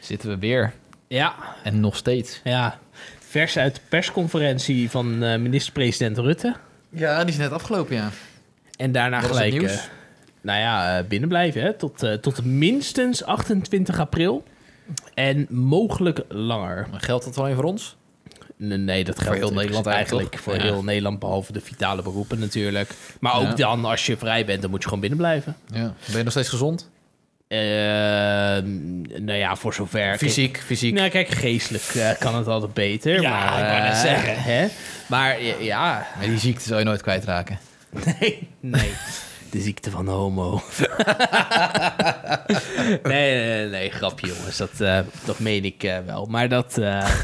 Zitten we weer. Ja. En nog steeds. Ja. Vers uit de persconferentie van minister-president Rutte. Ja, die is net afgelopen, ja. En daarna Wat gelijk... is het nieuws? Binnen blijven, hè? Tot minstens 28 april. En mogelijk langer. Maar geldt dat alleen voor ons? Nee, dat geldt voor heel Nederland eigenlijk toch? voor heel Nederland, behalve de vitale beroepen natuurlijk. Maar ook dan, als je vrij bent, dan moet je gewoon binnen blijven. Ja. Ben je nog steeds gezond? Voor zover... Fysiek. Nou, kijk, geestelijk kan het altijd beter. Ja, maar, ik wou net zeggen. Hè? Maar ja... Maar die ziekte zou je nooit kwijtraken. Nee. De ziekte van de homo. nee, grapje jongens. Dat meen ik wel. Maar dat...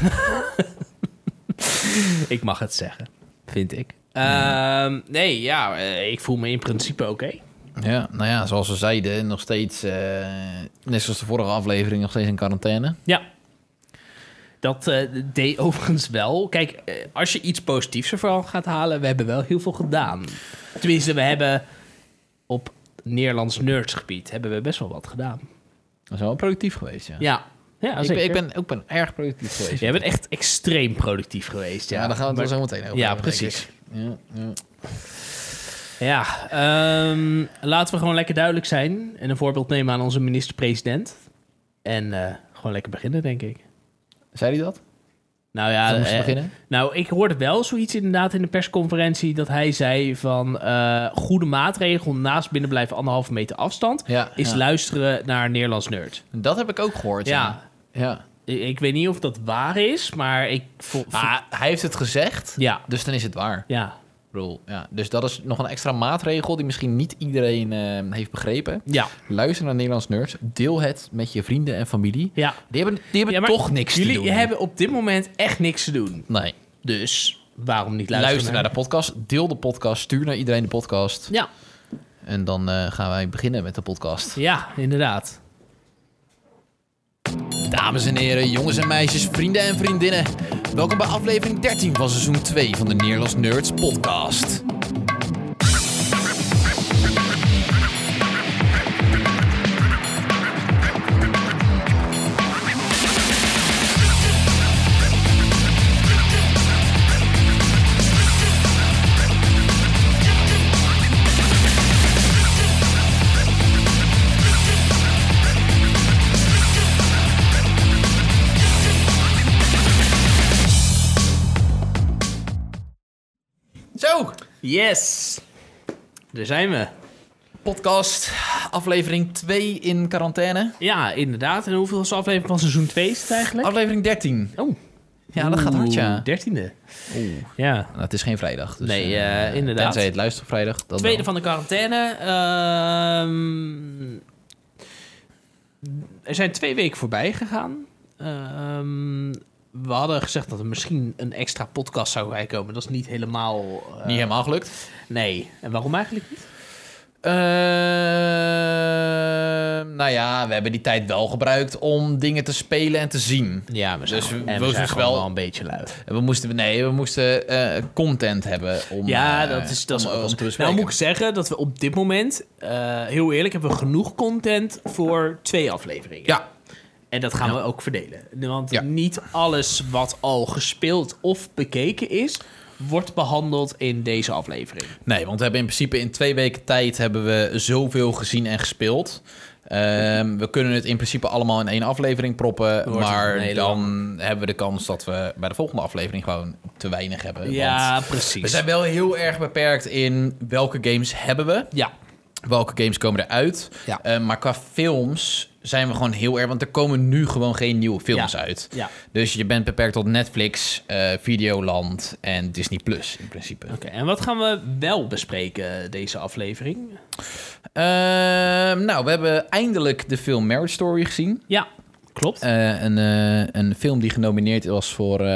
ik mag het zeggen, vind ik. Ik voel me in principe oké. Ja, nou ja, zoals we zeiden, nog steeds... net zoals de vorige aflevering, nog steeds in quarantaine. Ja. Dat deed overigens wel. Kijk, als je iets positiefs ervan gaat halen... we hebben wel heel veel gedaan. Tenminste, we hebben op Nederlands nerdsgebied... hebben we best wel wat gedaan. Dat is wel productief geweest, ja. Ja, ik ben erg productief geweest. Jij bent echt extreem productief geweest. Ja, daar gaan we het zo meteen over. Ja, precies. Ja. Ja, laten we gewoon lekker duidelijk zijn... en een voorbeeld nemen aan onze minister-president. En gewoon lekker beginnen, denk ik. Zei hij dat? Nou ja, beginnen? Nou, ik hoorde wel zoiets inderdaad in de persconferentie... dat hij zei van goede maatregel naast binnenblijven 1,5 meter afstand... is luisteren naar Nederlands Nerd. Dat heb ik ook gehoord, ja. Ik weet niet of dat waar is, maar hij heeft het gezegd, dus dan is het waar. Ja. Ja, dus dat is nog een extra maatregel die misschien niet iedereen heeft begrepen. Ja. Luister naar Nederlands Nerds. Deel het met je vrienden en familie. Ja. Die hebben toch niks te doen. Jullie hebben op dit moment echt niks te doen. Nee. Dus waarom niet luisteren? Luister naar de podcast. Deel de podcast. Stuur naar iedereen de podcast. Ja. En dan gaan wij beginnen met de podcast. Ja, inderdaad. Dames en heren, jongens en meisjes, vrienden en vriendinnen. Welkom bij aflevering 13 van seizoen 2 van de Nederlands Nerds podcast. Zo! Yes! Daar zijn we. Podcast, aflevering 2 in quarantaine. Ja, inderdaad. En hoeveel is de aflevering van seizoen 2 is het eigenlijk? Aflevering 13. Oh. Ja, dat gaat hard, ja. 13e. Ja. Nou, het is geen vrijdag. Dus, nee, inderdaad. Tenzij het luistert op vrijdag. Tweede van de quarantaine. Er zijn 2 weken voorbij gegaan. We hadden gezegd dat er misschien een extra podcast zou bijkomen. Dat is niet helemaal... niet helemaal gelukt? Nee. En waarom eigenlijk niet? Nou ja, we hebben die tijd wel gebruikt om dingen te spelen en te zien. Ja, we zijn wel een beetje lui. We moesten content hebben om dat is om te bespreken. Nou moet ik zeggen dat we op dit moment, heel eerlijk, hebben we genoeg content voor 2 afleveringen. Ja. En dat gaan we ook verdelen. Want niet alles wat al gespeeld of bekeken is, wordt behandeld in deze aflevering. Nee, want we hebben in principe in 2 weken tijd hebben we zoveel gezien en gespeeld. We kunnen het in principe allemaal in 1 aflevering proppen. Maar dan hebben we de kans dat we bij de volgende aflevering gewoon te weinig hebben. Ja, want precies. We zijn wel heel erg beperkt in welke games hebben we. Ja. Welke games komen eruit. Ja. Maar qua films zijn we gewoon heel erg... Want er komen nu gewoon geen nieuwe films uit. Ja. Dus je bent beperkt tot Netflix, Videoland en Disney Plus in principe. Oké, en wat gaan we wel bespreken deze aflevering? Nou, we hebben eindelijk de film Marriage Story gezien. Ja, klopt. Een film die genomineerd was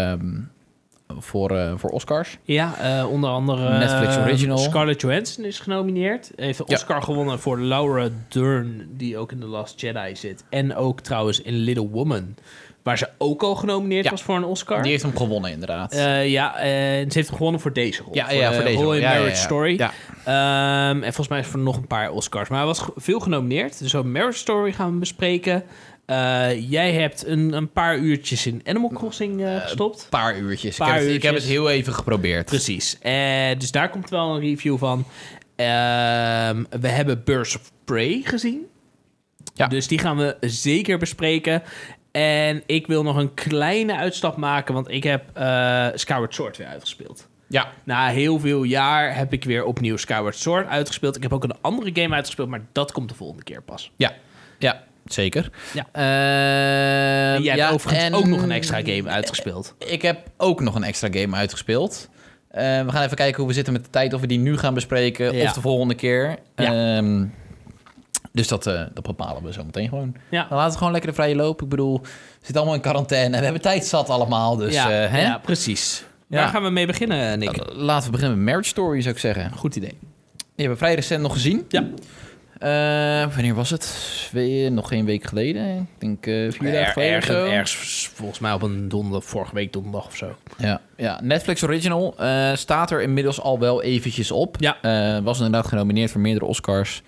voor Oscars. Ja, onder andere Netflix Original. Scarlett Johansson is genomineerd. Heeft een Oscar gewonnen voor Laura Dern, die ook in The Last Jedi zit. En ook trouwens in Little Woman, waar ze ook al genomineerd was voor een Oscar. Die heeft hem gewonnen, inderdaad. En ze heeft hem gewonnen voor deze rol. Voor deze rol. In Marriage Story. Ja. En volgens mij is voor nog een paar Oscars. Maar hij was veel genomineerd. Dus ook Marriage Story gaan we bespreken. Jij hebt een paar uurtjes in Animal Crossing gestopt. Een paar uurtjes. Ik heb het heel even geprobeerd. Precies. Dus daar komt wel een review van. We hebben Birds of Prey gezien. Ja. Dus die gaan we zeker bespreken. En ik wil nog een kleine uitstap maken, want ik heb Skyward Sword weer uitgespeeld. Ja. Na heel veel jaar heb ik weer opnieuw Skyward Sword uitgespeeld. Ik heb ook een andere game uitgespeeld, maar dat komt de volgende keer pas. Ja, zeker. Ja. En jij hebt overigens ook nog een extra game uitgespeeld. Ik heb ook nog een extra game uitgespeeld. We gaan even kijken hoe we zitten met de tijd. Of we die nu gaan bespreken of de volgende keer. Ja. Dus dat bepalen we zo meteen gewoon. Ja. Dan laten we gewoon lekker de vrije loop. Ik bedoel, we zitten allemaal in quarantaine. We hebben tijd zat allemaal. Dus, ja, precies. Waar gaan we mee beginnen, Nick? Laten we beginnen met Marriage Story, zou ik zeggen. Goed idee. Die hebben we vrij recent nog gezien. Ja. Wanneer was het? Nog geen week geleden. Ik denk 4 dagen geleden of zo. Ergens volgens mij op een donderdag, vorige week donderdag of zo. Ja, Netflix Original staat er inmiddels al wel eventjes op. Ja. Was inderdaad genomineerd voor meerdere Oscars.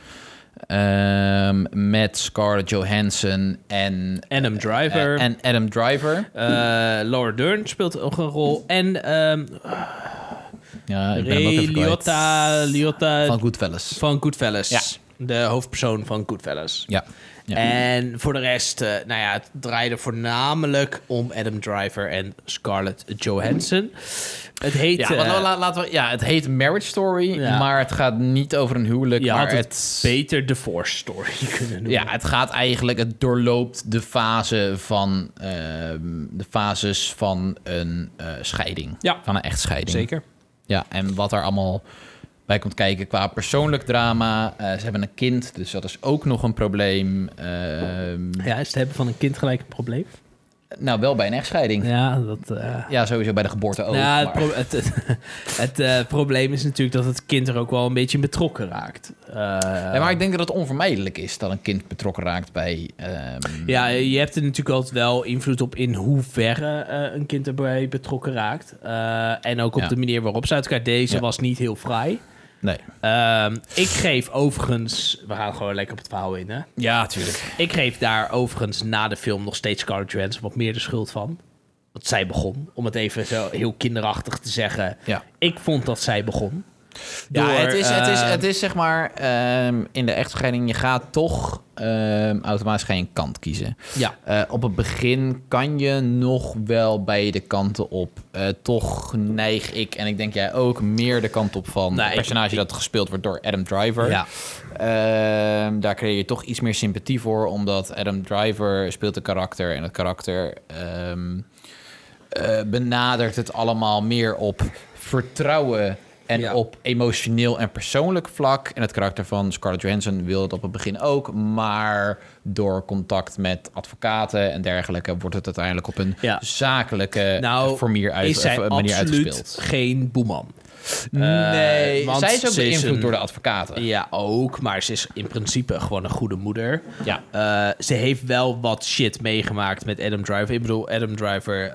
Met Scarlett Johansson en Adam Driver. Laura Dern speelt ook een rol. En ja, ik ben hem ook even kwijt. Liotta Van Goodfellas. Ja. De hoofdpersoon van Goodfellas. Ja. En voor de rest, het draaide voornamelijk om Adam Driver en Scarlett Johansson. Het heet... het heet Marriage Story, maar het gaat niet over een huwelijk. Je maar had het beter Divorce Story kunnen noemen. Ja, het doorloopt de fases van een scheiding. Ja. Van een echtscheiding. Zeker. Ja, en wat er allemaal bij komt kijken qua persoonlijk drama. Ze hebben een kind, dus dat is ook nog een probleem. Is het hebben van een kind gelijk een probleem? Nou, wel bij een echtscheiding. Ja, dat... Ja, sowieso bij de geboorte ook. Nou, maar... het probleem is natuurlijk dat het kind er ook wel een beetje in betrokken raakt. maar ik denk dat het onvermijdelijk is dat een kind betrokken raakt bij... Ja, je hebt er natuurlijk altijd wel invloed op in hoeverre een kind erbij betrokken raakt. En ook op de manier waarop ze uit elkaar deze was niet heel fraai. Nee. Ik geef overigens... We gaan gewoon lekker op het verhaal in, hè? Ja, tuurlijk. Ik geef daar overigens na de film nog steeds Scarlett Johansson wat meer de schuld van. Want zij begon. Om het even zo heel kinderachtig te zeggen. Ja. Ik vond dat zij begon. Het is zeg maar... in de echtscheiding, je gaat toch automatisch geen kant kiezen. Ja. Op het begin kan je nog wel beide kanten op. Toch neig ik, en ik denk jij ook, meer de kant op van het personage dat gespeeld wordt door Adam Driver. Ja. Daar creëer je toch iets meer sympathie voor, omdat Adam Driver speelt een karakter en het karakter benadert het allemaal meer op vertrouwen en op emotioneel en persoonlijk vlak. En het karakter van Scarlett Johansson wil het op het begin ook, maar door contact met advocaten en dergelijke wordt het uiteindelijk op een zakelijke manier uitgespeeld. Geen boeman. Nee, want zij is ook beïnvloed door de advocaten. Ja, ook. Maar ze is in principe gewoon een goede moeder. Ja. Ze heeft wel wat shit meegemaakt met Adam Driver. Ik bedoel, Adam Driver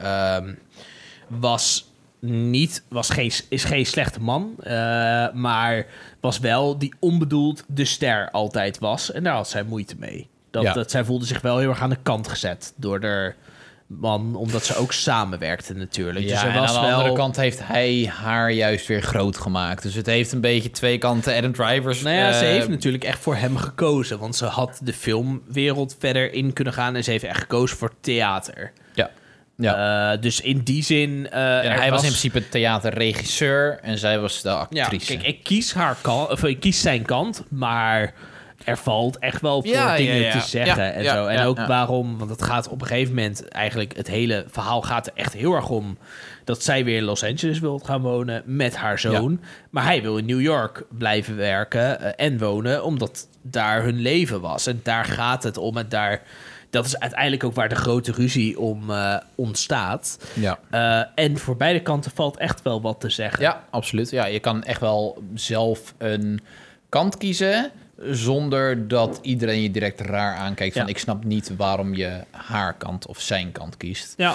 is geen slechte man. Maar was wel die onbedoeld de ster altijd was. En daar had zij moeite mee. Dat zij voelde zich wel heel erg aan de kant gezet door de man, omdat ze ook samenwerkten natuurlijk. Ja, dus en aan de andere kant heeft hij haar juist weer groot gemaakt. Dus het heeft een beetje twee kanten. Adam Drivers... Nou ja, ze heeft natuurlijk echt voor hem gekozen. Want ze had de filmwereld verder in kunnen gaan. En ze heeft echt gekozen voor theater. Ja. Dus in die zin... hij was in principe theaterregisseur en zij was de actrice. Ja, kijk, ik kies zijn kant, maar er valt echt wel voor dingen te zeggen en zo. En ook waarom, want het gaat op een gegeven moment eigenlijk... Het hele verhaal gaat er echt heel erg om dat zij weer in Los Angeles wil gaan wonen met haar zoon. Ja. Maar hij wil in New York blijven werken en wonen, omdat daar hun leven was. En daar gaat het om en dat is uiteindelijk ook waar de grote ruzie om ontstaat. Ja. En voor beide kanten valt echt wel wat te zeggen. Ja, absoluut. Ja, je kan echt wel zelf een kant kiezen zonder dat iedereen je direct raar aankijkt. Van ik snap niet waarom je haar kant of zijn kant kiest. Ja.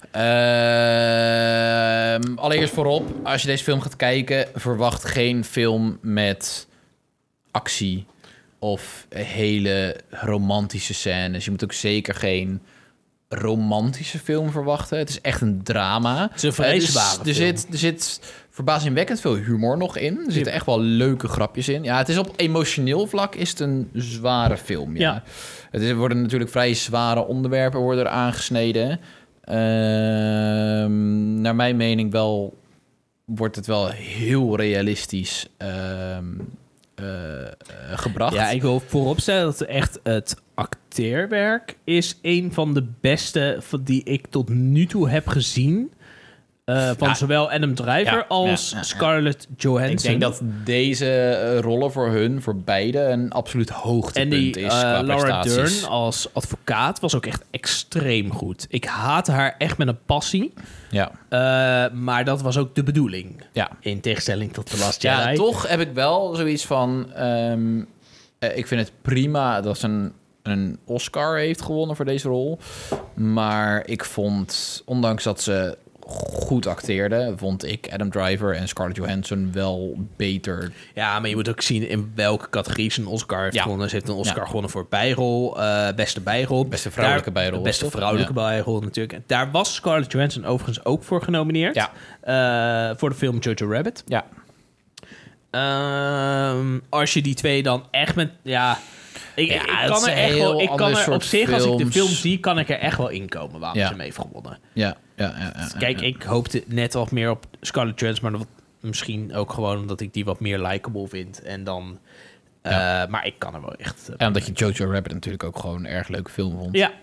Allereerst voorop, als je deze film gaat kijken, verwacht geen film met actie of hele romantische scènes. Je moet ook zeker geen romantische film verwachten. Het is echt een drama. Het is een vrij zware film. Er zit verbazingwekkend veel humor nog in. Er zitten echt wel leuke grapjes in. Ja, het is op emotioneel vlak is het een zware film. Ja. Er worden natuurlijk vrij zware onderwerpen worden er aangesneden. Naar mijn mening wordt het wel heel realistisch gebracht. Ja, ik wil vooropstellen dat echt het acteerwerk is een van de beste die ik tot nu toe heb gezien. Van zowel Adam Driver als Scarlett Johansson. Ik denk dat deze rollen voor beide een absoluut hoogtepunt is qua Laura prestaties. Dern als advocaat was ook echt extreem goed. Ik haatte haar echt met een passie. Ja. Maar dat was ook de bedoeling. Ja. In tegenstelling tot The Last Jedi. Ja, toch heb ik wel zoiets van... ik vind het prima dat ze een Oscar heeft gewonnen voor deze rol. Maar ik vond, ondanks dat ze goed acteerde, vond ik Adam Driver en Scarlett Johansson wel beter. Ja, maar je moet ook zien in welke categorie ze een Oscar heeft gewonnen. Ze heeft een Oscar gewonnen voor bijrol, beste bijrol. Beste vrouwelijke bijrol. Beste vrouwelijke bijrol natuurlijk. Daar was Scarlett Johansson overigens ook voor genomineerd. Ja. Voor de film Jojo Rabbit. Ja. Als je die twee dan echt met... Ja, ik kan er echt wel... Op zich, films. als ik de film zie, kan ik er echt wel inkomen waarom ze hem heeft gewonnen. Ja. Kijk, ik hoopte net wat meer op Scarlett Johansson, maar misschien ook gewoon omdat ik die wat meer likable vind. En dan... maar ik kan er wel echt... en omdat je Jojo Rabbit natuurlijk ook gewoon een erg leuke film vond. Ja.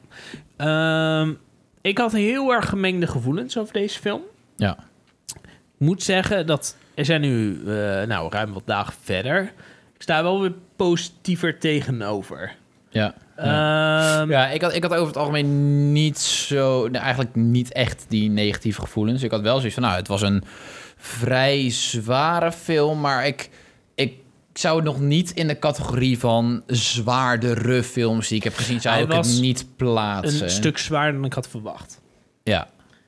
Ik had heel erg gemengde gevoelens over deze film. Ja. Ik moet zeggen dat er zijn nu ruim wat dagen verder. Ik sta wel weer positiever tegenover. Ja. Ik had over het algemeen niet zo... eigenlijk niet echt die negatieve gevoelens. Ik had wel zoiets van... het was een vrij zware film... maar ik zou het nog niet in de categorie van zwaardere films die ik heb gezien... zou ik het niet plaatsen. Een stuk zwaarder dan ik had verwacht. Ja.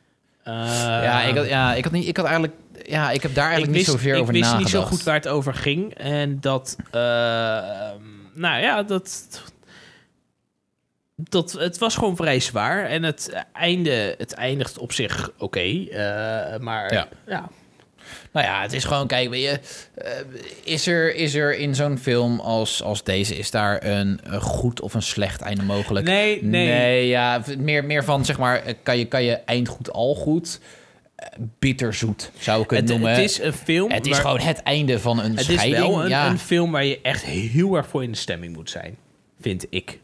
Ik had eigenlijk... Ja, ik heb daar eigenlijk niet zoveel over nagedacht. Ik wist niet zo goed waar het over ging. En dat... het was gewoon vrij zwaar. En het eindigt op zich oké. Maar ja. Nou ja, het is gewoon, kijk, weet je... Is er in zo'n film als deze... is daar een goed of een slecht einde mogelijk? Nee. Ja, meer van, zeg maar... Kan je eind goed al goed... bitterzoet, zou ik het noemen. Het is een film... Het is gewoon het einde van een scheiding. Het is wel een film waar je echt heel erg voor in de stemming moet zijn. Vind ik.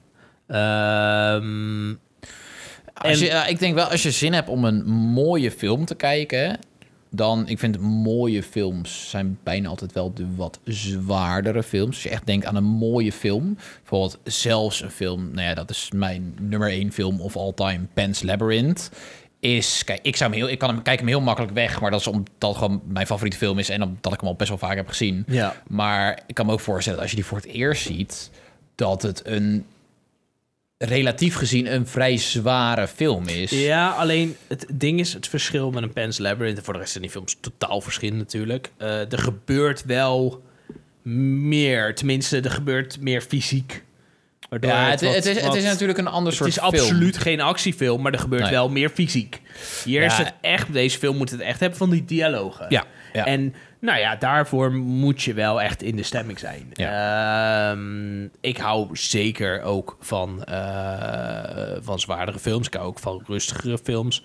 Ik denk wel, als je zin hebt om een mooie film te kijken... dan, ik vind mooie films zijn bijna altijd wel de wat zwaardere films. Als je echt denkt aan een mooie film... bijvoorbeeld zelfs een film... nou ja, dat is mijn nummer 1 film of all time... Pan's Labyrinth... Kijk, ik kijk hem heel makkelijk weg, maar dat is omdat het gewoon mijn favoriete film is en omdat ik hem al best wel vaak heb gezien. Ja. Maar ik kan me ook voorstellen, als je die voor het eerst ziet, dat het een relatief gezien een vrij zware film is. Ja, alleen het ding is, het verschil met een Pan's Labyrinth, en voor de rest zijn die films totaal verschillend natuurlijk. Er gebeurt wel meer, tenminste, er gebeurt meer fysiek. Ja, het is natuurlijk een ander soort film. Het is absoluut geen actiefilm, maar er gebeurt wel meer fysiek. Hier is het echt, deze film moet het echt hebben van die dialogen. Ja. En nou ja, daarvoor moet je wel echt in de stemming zijn. Ja. Ik hou zeker ook van zwaardere films. Ik hou ook van rustigere films.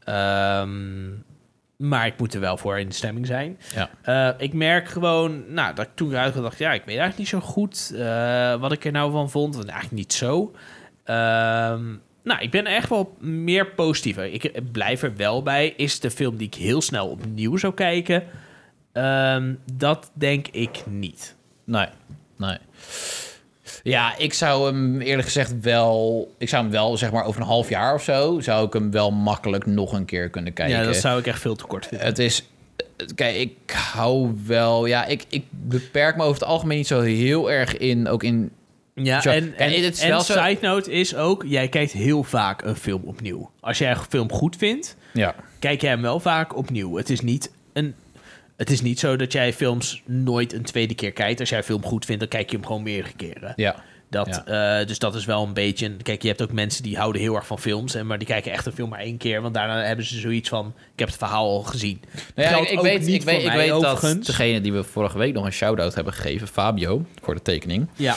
Maar ik moet er wel voor in de stemming zijn. Ja. Ik merk gewoon, dat ik toen eruit dacht... ik weet eigenlijk niet zo goed wat ik er nou van vond. Want eigenlijk niet zo. Ik ben echt wel meer positiever. Ik blijf er wel bij. Is de film die ik heel snel opnieuw zou kijken? Dat denk ik niet. Nee. Ja, ik zou hem eerlijk gezegd wel... Ik zou hem wel, zeg maar, over een half jaar of zo... zou ik hem wel makkelijk nog een keer kunnen kijken. Ja, dat zou ik echt veel te kort vinden. Het is... Kijk, ik hou wel... Ja, ik beperk me over het algemeen niet zo heel erg in... Ook in... Ja, en side note is ook... Jij kijkt heel vaak een film opnieuw. Als jij een film goed vindt... kijk jij hem wel vaak opnieuw. Het is niet Het is niet zo dat jij films nooit een tweede keer kijkt. Als jij een film goed vindt, dan kijk je hem gewoon meerdere keren. Ja. Dus dat is wel een beetje... Kijk, je hebt ook mensen die houden heel erg van films... maar die kijken echt een film maar 1 keer... want daarna hebben ze zoiets van... ik heb het verhaal al gezien. Nou ja, ik weet dat degene die we vorige week nog een shout-out hebben gegeven... Fabio, voor de tekening... Ja.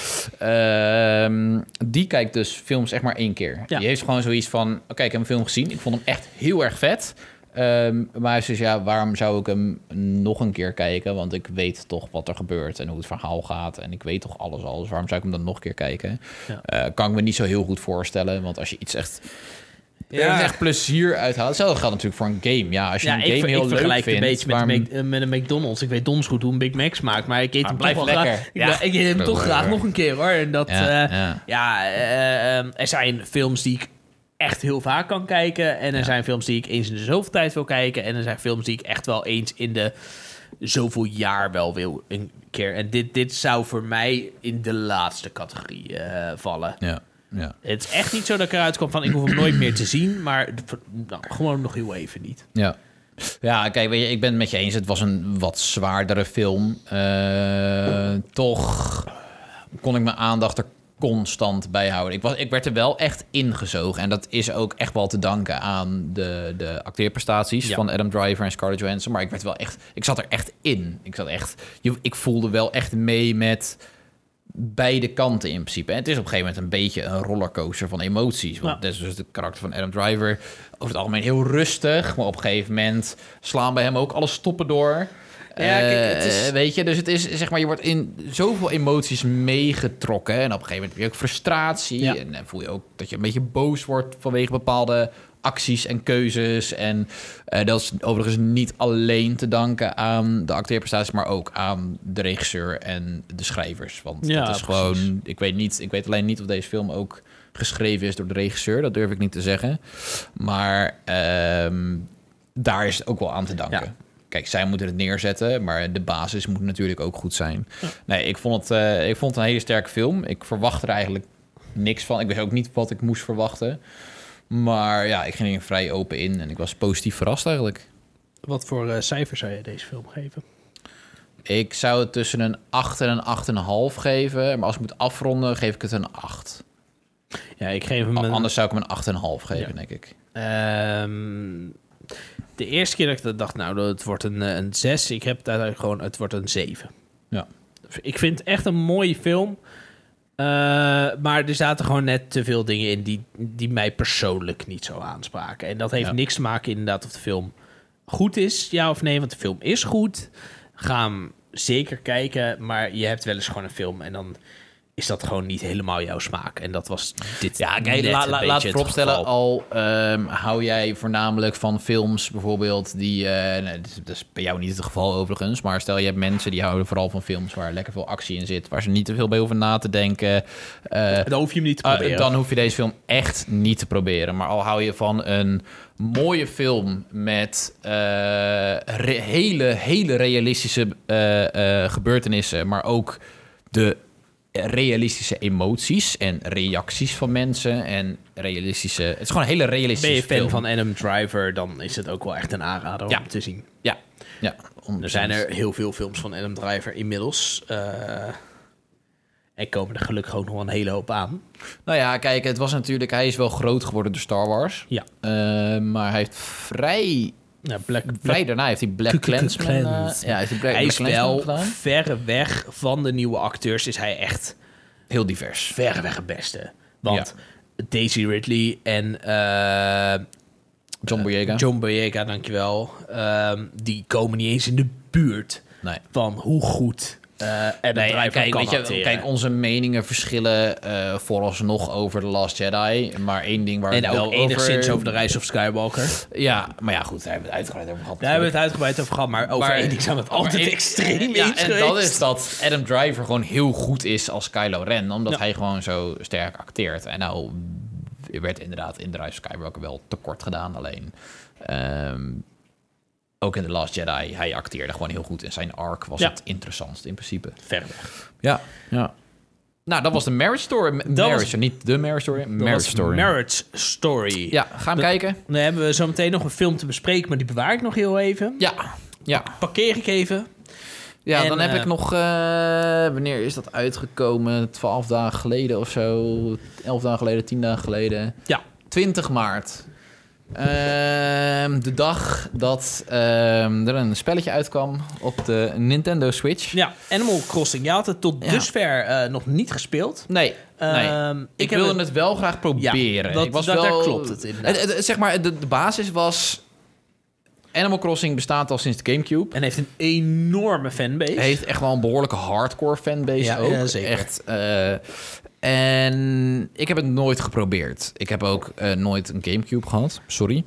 Die kijkt dus films echt maar 1 keer. Ja. Die heeft gewoon zoiets van... Oké, ik heb een film gezien. Ik vond hem echt heel erg vet... maar hij zegt, waarom zou ik hem nog een keer kijken? Want ik weet toch wat er gebeurt en hoe het verhaal gaat. En ik weet toch alles al. Dus waarom zou ik hem dan nog een keer kijken? Ja. Kan ik me niet zo heel goed voorstellen. Want als je iets echt plezier uithaalt... Hetzelfde geldt natuurlijk voor een game. Ja, als je een game heel leuk vindt... Ik vergelijk het een beetje met een McDonald's. Ik weet donders goed hoe een Big Mac smaakt. Maar ik eet hem toch wel graag. Ik eet hem toch graag nog een keer, hoor. En dat, er zijn films die ik echt heel vaak kan kijken. En er zijn films die ik eens in de zoveel tijd wil kijken. En er zijn films die ik echt wel eens in de zoveel jaar wel wil een keer. En dit zou voor mij in de laatste categorie vallen. Ja. Het is echt niet zo dat ik eruit kom van... ik hoef hem nooit meer te zien, maar gewoon nog heel even niet. Ja, kijk, weet je, ik ben het met je eens. Het was een wat zwaardere film. Toch kon ik mijn aandacht er constant bijhouden. Ik werd er wel echt ingezogen. En dat is ook echt wel te danken aan de acteerprestaties van Adam Driver en Scarlett Johansson. Maar ik zat er echt in. Ik voelde wel echt mee met beide kanten in principe. En het is op een gegeven moment een beetje een rollercoaster van emoties. Want dat is dus de karakter van Adam Driver over het algemeen heel rustig. Maar op een gegeven moment slaan bij hem ook alle stoppen door. Ja, kijk, weet je, dus het is zeg maar, je wordt in zoveel emoties meegetrokken. En op een gegeven moment heb je ook frustratie. Ja. En dan voel je ook dat je een beetje boos wordt vanwege bepaalde acties en keuzes. En dat is overigens niet alleen te danken aan de acteerprestaties, maar ook aan de regisseur en de schrijvers. Want dat is gewoon, ik weet alleen niet of deze film ook geschreven is door de regisseur. Dat durf ik niet te zeggen. Maar daar is het ook wel aan te danken. Ja. Kijk, zij moeten het neerzetten, maar de basis moet natuurlijk ook goed zijn. Ja. Nee, ik vond het een hele sterke film. Ik verwachtte er eigenlijk niks van. Ik wist ook niet wat ik moest verwachten. Maar ja, ik ging er vrij open in en ik was positief verrast eigenlijk. Wat voor cijfer zou je deze film geven? Ik zou het tussen een 8 en een 8,5 geven. Maar als ik moet afronden, geef ik het een 8. Ja, ik geef hem Anders zou ik hem een 8,5 geven, denk ik. De eerste keer dat ik dat dacht, nou, het wordt een 6. Ik heb het uiteindelijk gewoon, het wordt een 7. Ja. Ik vind het echt een mooie film. Maar er zaten gewoon net te veel dingen in die mij persoonlijk niet zo aanspraken. En dat heeft niks te maken inderdaad of de film goed is, ja of nee. Want de film is goed. Ga hem zeker kijken. Maar je hebt wel eens gewoon een film en dan is dat gewoon niet helemaal jouw smaak. En dat was dit. Ja, kijk, laat ik vooropstellen, hou jij voornamelijk van films bijvoorbeeld die... dat is bij jou niet het geval overigens, maar stel je hebt mensen die houden vooral van films waar lekker veel actie in zit, waar ze niet te veel bij hoeven na te denken. Dan hoef je hem niet te proberen. Dan hoef je deze film echt niet te proberen. Maar al hou je van een mooie film met hele realistische gebeurtenissen, maar ook de realistische emoties en reacties van mensen en realistische... Het is gewoon een hele realistische film. Ben je fan van Adam Driver, dan is het ook wel echt een aanrader om te zien. Ja. Er zijn er heel veel films van Adam Driver inmiddels. En komen er gelukkig ook nog wel een hele hoop aan. Nou ja, kijk, het was natuurlijk... Hij is wel groot geworden door Star Wars. Ja. Maar hij heeft vrij daarna heeft hij Black Klansman. Hij is wel verreweg van de nieuwe acteurs is hij echt heel divers. Verreweg het beste. Want Daisy Ridley en John Boyega, dankjewel. Die komen niet eens in de buurt van hoe goed kijk, onze meningen verschillen vooralsnog over The Last Jedi. Maar één ding waar we het wel enigszins over de Rise of Skywalker. Ja, maar ja, goed, daar hebben we het uitgebreid over gehad. Daar hebben we het uitgebreid over gehad, maar over één ding zijn we het altijd extreem eens en dat is dat Adam Driver gewoon heel goed is als Kylo Ren, omdat hij gewoon zo sterk acteert. En nou werd inderdaad in The Rise of Skywalker wel tekort gedaan, alleen... ook in The Last Jedi, hij acteerde gewoon heel goed. En zijn arc was het interessantst in principe. Verreweg. Ja. Nou, dat was de Marriage Story. Niet de Marriage Story, Marriage Story. Ja, ga hem kijken. Dan hebben we zo meteen nog een film te bespreken, maar die bewaar ik nog heel even. Ja. parkeer ik even. Ja, en, dan heb ik nog... wanneer is dat uitgekomen? 12 dagen geleden of zo? 11 dagen geleden, 10 dagen geleden? Ja. 20 maart. De dag dat er een spelletje uitkwam op de Nintendo Switch. Ja, Animal Crossing. Je had het tot dusver nog niet gespeeld. Nee. Ik wilde het wel graag proberen. Ja, daar klopt het inderdaad. Zeg maar, de basis was... Animal Crossing bestaat al sinds de GameCube. En heeft een enorme fanbase. Heeft echt wel een behoorlijke hardcore fanbase ook. Ja, zeker. Echt. En ik heb het nooit geprobeerd. Ik heb ook nooit een GameCube gehad. Sorry.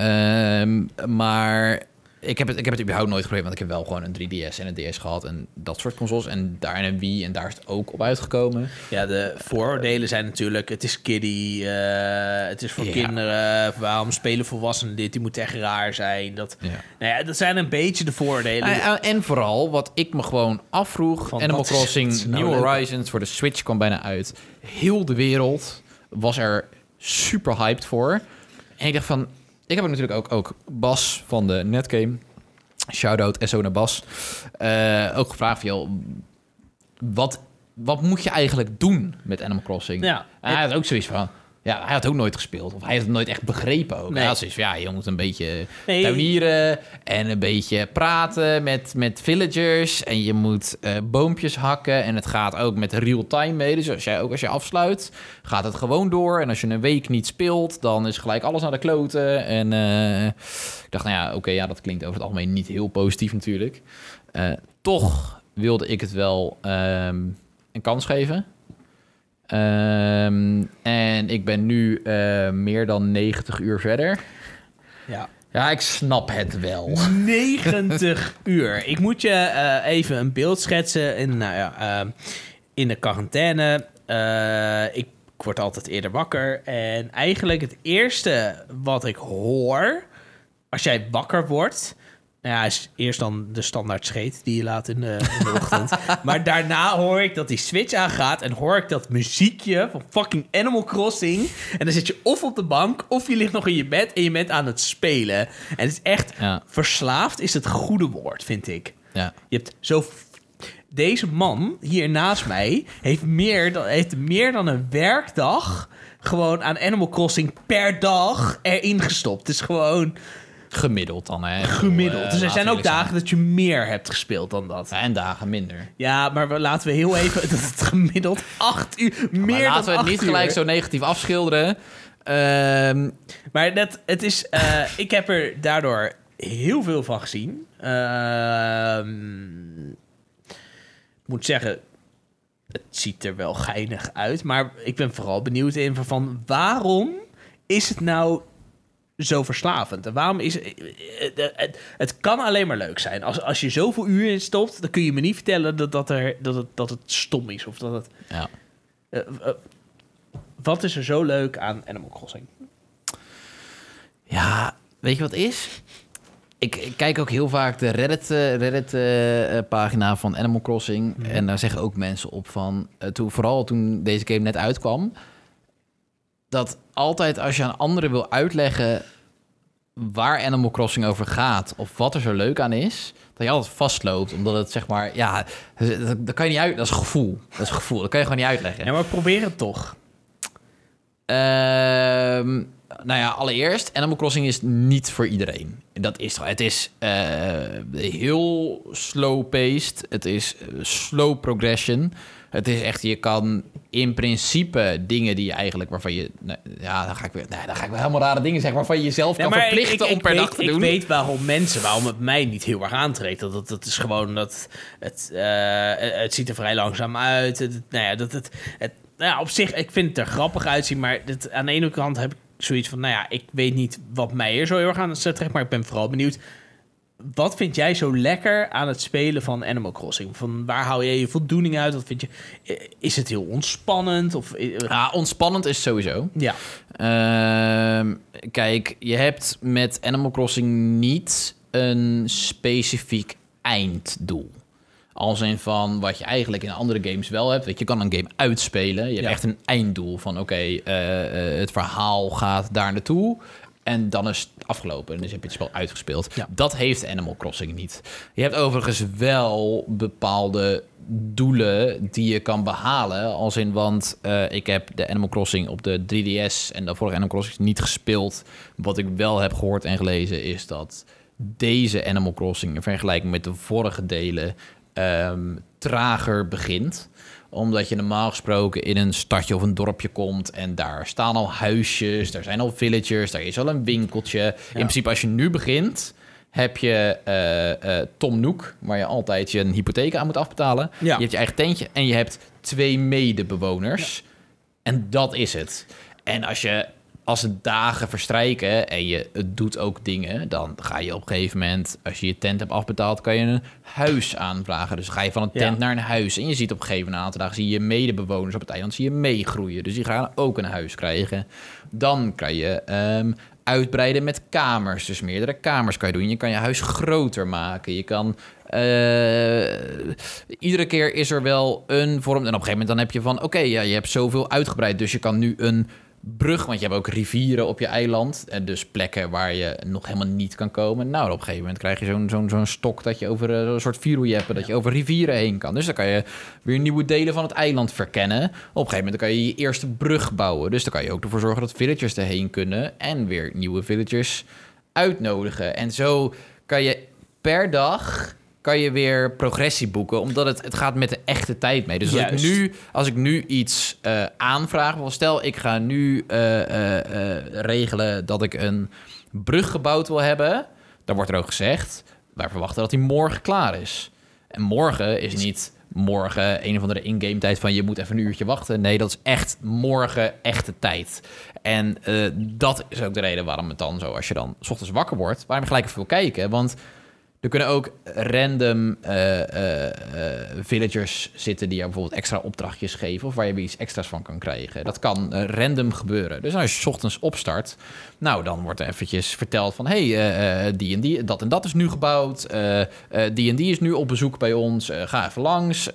Maar ik heb het überhaupt nooit geprobeerd. Want ik heb wel gewoon een 3DS en een DS gehad. En dat soort consoles. En daar een Wii. En daar is het ook op uitgekomen. Ja, de vooroordelen zijn natuurlijk... Het is kiddie. Het is voor kinderen. Waarom spelen volwassenen dit? Die moet echt raar zijn. Dat zijn een beetje de vooroordelen. En vooral wat ik me gewoon afvroeg. Van Animal Crossing New Horizons voor de Switch kwam bijna uit. Heel de wereld was er super hyped voor. En ik dacht van... Ik heb natuurlijk ook Bas van de Netgame. Shout-out SO naar Bas. Ook gevraagd van, joh, wat moet je eigenlijk doen met Animal Crossing? Ja, en hij had ook zoiets van... Ja, hij had ook nooit gespeeld. Of hij had het nooit echt begrepen ook. Nee. Hij had zoiets van, je moet een beetje tuinieren... en een beetje praten met villagers... en je moet boompjes hakken... en het gaat ook met real-time mee. Dus als je afsluit, gaat het gewoon door... en als je een week niet speelt... dan is gelijk alles naar de kloten. En ik dacht, dat klinkt over het algemeen niet heel positief natuurlijk. Toch wilde ik het wel een kans geven... en ik ben nu meer dan 90 uur verder. Ja, ik snap het wel. 90 uur. Ik moet je even een beeld schetsen. In de quarantaine. Ik word altijd eerder wakker. En eigenlijk het eerste wat ik hoor... als jij wakker wordt... is eerst dan de standaard scheet die je laat in de ochtend. Maar daarna hoor ik dat die Switch aangaat... en hoor ik dat muziekje van fucking Animal Crossing... en dan zit je of op de bank... of je ligt nog in je bed en je bent aan het spelen. En het is echt... Verslaafd is het goede woord, vind ik. Ja. Je hebt zo... Deze man hier naast mij heeft meer dan een werkdag... gewoon aan Animal Crossing per dag erin gestopt. Het is gewoon... Gemiddeld dan, hè? Gemiddeld. Dus er zijn ook dagen dat je meer hebt gespeeld dan dat. Ja, en dagen minder. Ja, maar laten we heel even... dat het gemiddeld 8 uur... meer dan 8 uur. Laten we het niet gelijk zo negatief afschilderen. Maar het is... ik heb er daardoor heel veel van gezien. Ik moet zeggen... Het ziet er wel geinig uit. Maar ik ben vooral benieuwd van... waarom is het nou... zo verslavend. En waarom is het kan alleen maar leuk zijn. Als je zoveel uur in stopt, dan kun je me niet vertellen dat het stom is. Of dat het... Ja. Wat is er zo leuk aan Animal Crossing? Ja, weet je wat is? Ik kijk ook heel vaak de Reddit-pagina van Animal Crossing. Mm. En daar zeggen ook mensen op van... vooral toen deze game net uitkwam... dat altijd als je aan anderen wil uitleggen... waar Animal Crossing over gaat... of wat er zo leuk aan is... dat je altijd vastloopt. Omdat het zeg maar... Ja, dat kan je niet uit... Dat is gevoel. Dat kan je gewoon niet uitleggen. Ja, maar probeer het toch. Allereerst... Animal Crossing is niet voor iedereen. Dat is toch... Het is heel slow-paced. Het is slow progression... Het is echt, je kan in principe dingen die je eigenlijk... waarvan je... dan ga ik weer helemaal rare dingen zeggen... waarvan je jezelf kan verplichten om per dag te doen. Ik weet waarom het mij niet heel erg aantrekt. Dat is gewoon dat... Het ziet er vrij langzaam uit. Op zich, ik vind het er grappig uitzien... maar aan de ene kant heb ik zoiets van... ik weet niet wat mij er zo heel erg aan trekt... maar ik ben vooral benieuwd... Wat vind jij zo lekker aan het spelen van Animal Crossing? Van waar haal jij je voldoening uit? Wat vind je? Is het heel ontspannend? Ontspannend is sowieso. Ja. Kijk, je hebt met Animal Crossing niet een specifiek einddoel. Als in van wat je eigenlijk in andere games wel hebt. Weet je, kan een game uitspelen. Je hebt echt een einddoel van het verhaal gaat daar naartoe. En dan is het afgelopen. En dus heb je het spel uitgespeeld. Ja. Dat heeft Animal Crossing niet. Je hebt overigens wel bepaalde doelen die je kan behalen. Als in, want ik heb de Animal Crossing op de 3DS en de vorige Animal Crossing niet gespeeld. Wat ik wel heb gehoord en gelezen is dat deze Animal Crossing in vergelijking met de vorige delen trager begint. Omdat je normaal gesproken in een stadje of een dorpje komt en daar staan al huisjes, daar zijn al villagers, daar is al een winkeltje. Ja. In principe als je nu begint, heb je Tom Nook, waar je altijd je een hypotheek aan moet afbetalen. Ja. Je hebt je eigen tentje en je hebt 2 medebewoners. Ja. En dat is het. En als de dagen verstrijken en je doet ook dingen, dan ga je op een gegeven moment, als je je tent hebt afbetaald, kan je een huis aanvragen. Dus ga je van een tent naar een huis. En je ziet op een gegeven moment, aantal dagen zie je medebewoners op het eiland, zie je meegroeien. Dus die gaan ook een huis krijgen. Dan kan je uitbreiden met kamers. Dus meerdere kamers kan je doen. Je kan je huis groter maken. Je kan iedere keer is er wel een vorm. En op een gegeven moment dan heb je van, oké, je hebt zoveel uitgebreid. Dus je kan nu een brug, want je hebt ook rivieren op je eiland. En dus plekken waar je nog helemaal niet kan komen. Nou, op een gegeven moment krijg je zo'n stok dat je over een soort vierojeppen, dat je over rivieren heen kan. Dus dan kan je weer nieuwe delen van het eiland verkennen. Op een gegeven moment kan je je eerste brug bouwen. Dus dan kan je ook ervoor zorgen dat villagers erheen kunnen en weer nieuwe villagers uitnodigen. En zo kan je per dag weer progressie boeken, omdat het gaat met de echte tijd mee. Dus als ik nu iets aanvraag, stel ik ga nu regelen dat ik een brug gebouwd wil hebben, dan wordt er ook gezegd, wij verwachten dat die morgen klaar is. En morgen is niet morgen een of andere in-game tijd van je moet even een uurtje wachten. Nee, dat is echt morgen echte tijd. En dat is ook de reden waarom het dan zo, als je dan 's ochtends wakker wordt, waarom je gelijk even wil kijken, want er kunnen ook random villagers zitten die jou bijvoorbeeld extra opdrachtjes geven of waar je weer iets extra's van kan krijgen. Dat kan random gebeuren. Dus als je 's ochtends opstart, nou, dan wordt er eventjes verteld van die en die, dat en dat is nu gebouwd. Die en die is nu op bezoek bij ons. Ga even langs.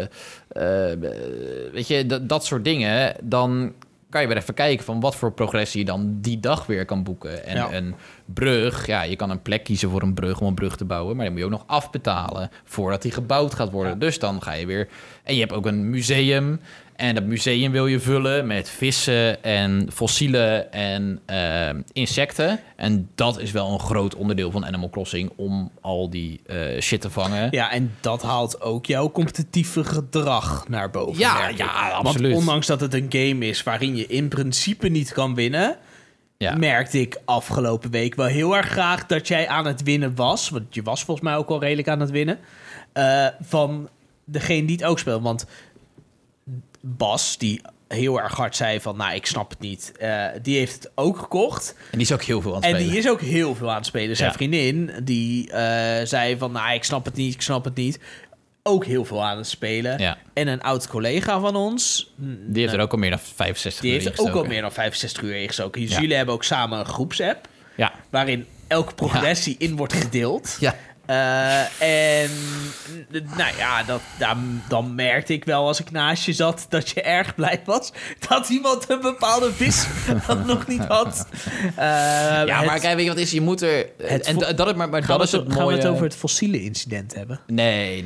Weet je, dat soort dingen. Dan kan je weer even kijken van wat voor progressie je dan die dag weer kan boeken. En een brug, je kan een plek kiezen voor een brug om een brug te bouwen, maar dan moet je ook nog afbetalen voordat die gebouwd gaat worden. Ja. Dus dan ga je weer. En je hebt ook een museum. En dat museum wil je vullen met vissen en fossielen en insecten. En dat is wel een groot onderdeel van Animal Crossing om al die shit te vangen. Ja, en dat haalt ook jouw competitieve gedrag naar boven. Ja, absoluut. Want ondanks dat het een game is waarin je in principe niet kan winnen, merkte ik afgelopen week wel heel erg graag dat jij aan het winnen was. Want je was volgens mij ook al redelijk aan het winnen. Van degene die het ook speelt. Want Bas, die heel erg hard zei van, nou, ik snap het niet. Die heeft het ook gekocht. En die is ook heel veel aan het spelen. En die is ook heel veel aan het spelen. Zijn vriendin, die zei van, nou, ik snap het niet. Ook heel veel aan het spelen. Ja. En een oud collega van ons, die heeft er ook al meer dan 65 uur in gestoken. Die heeft er ook al meer dan 65 uur in gestoken. Dus jullie hebben ook samen een groepsapp. Ja. Waarin elke progressie in wordt gedeeld. Ja. En nou ja, dan merkte ik wel als ik naast je zat dat je erg blij was dat iemand een bepaalde vis nog niet had. Maar kijk, weet je wat is? Je moet er. Dat is het mooie. Gaan we het over het fossiele incident hebben? Nee.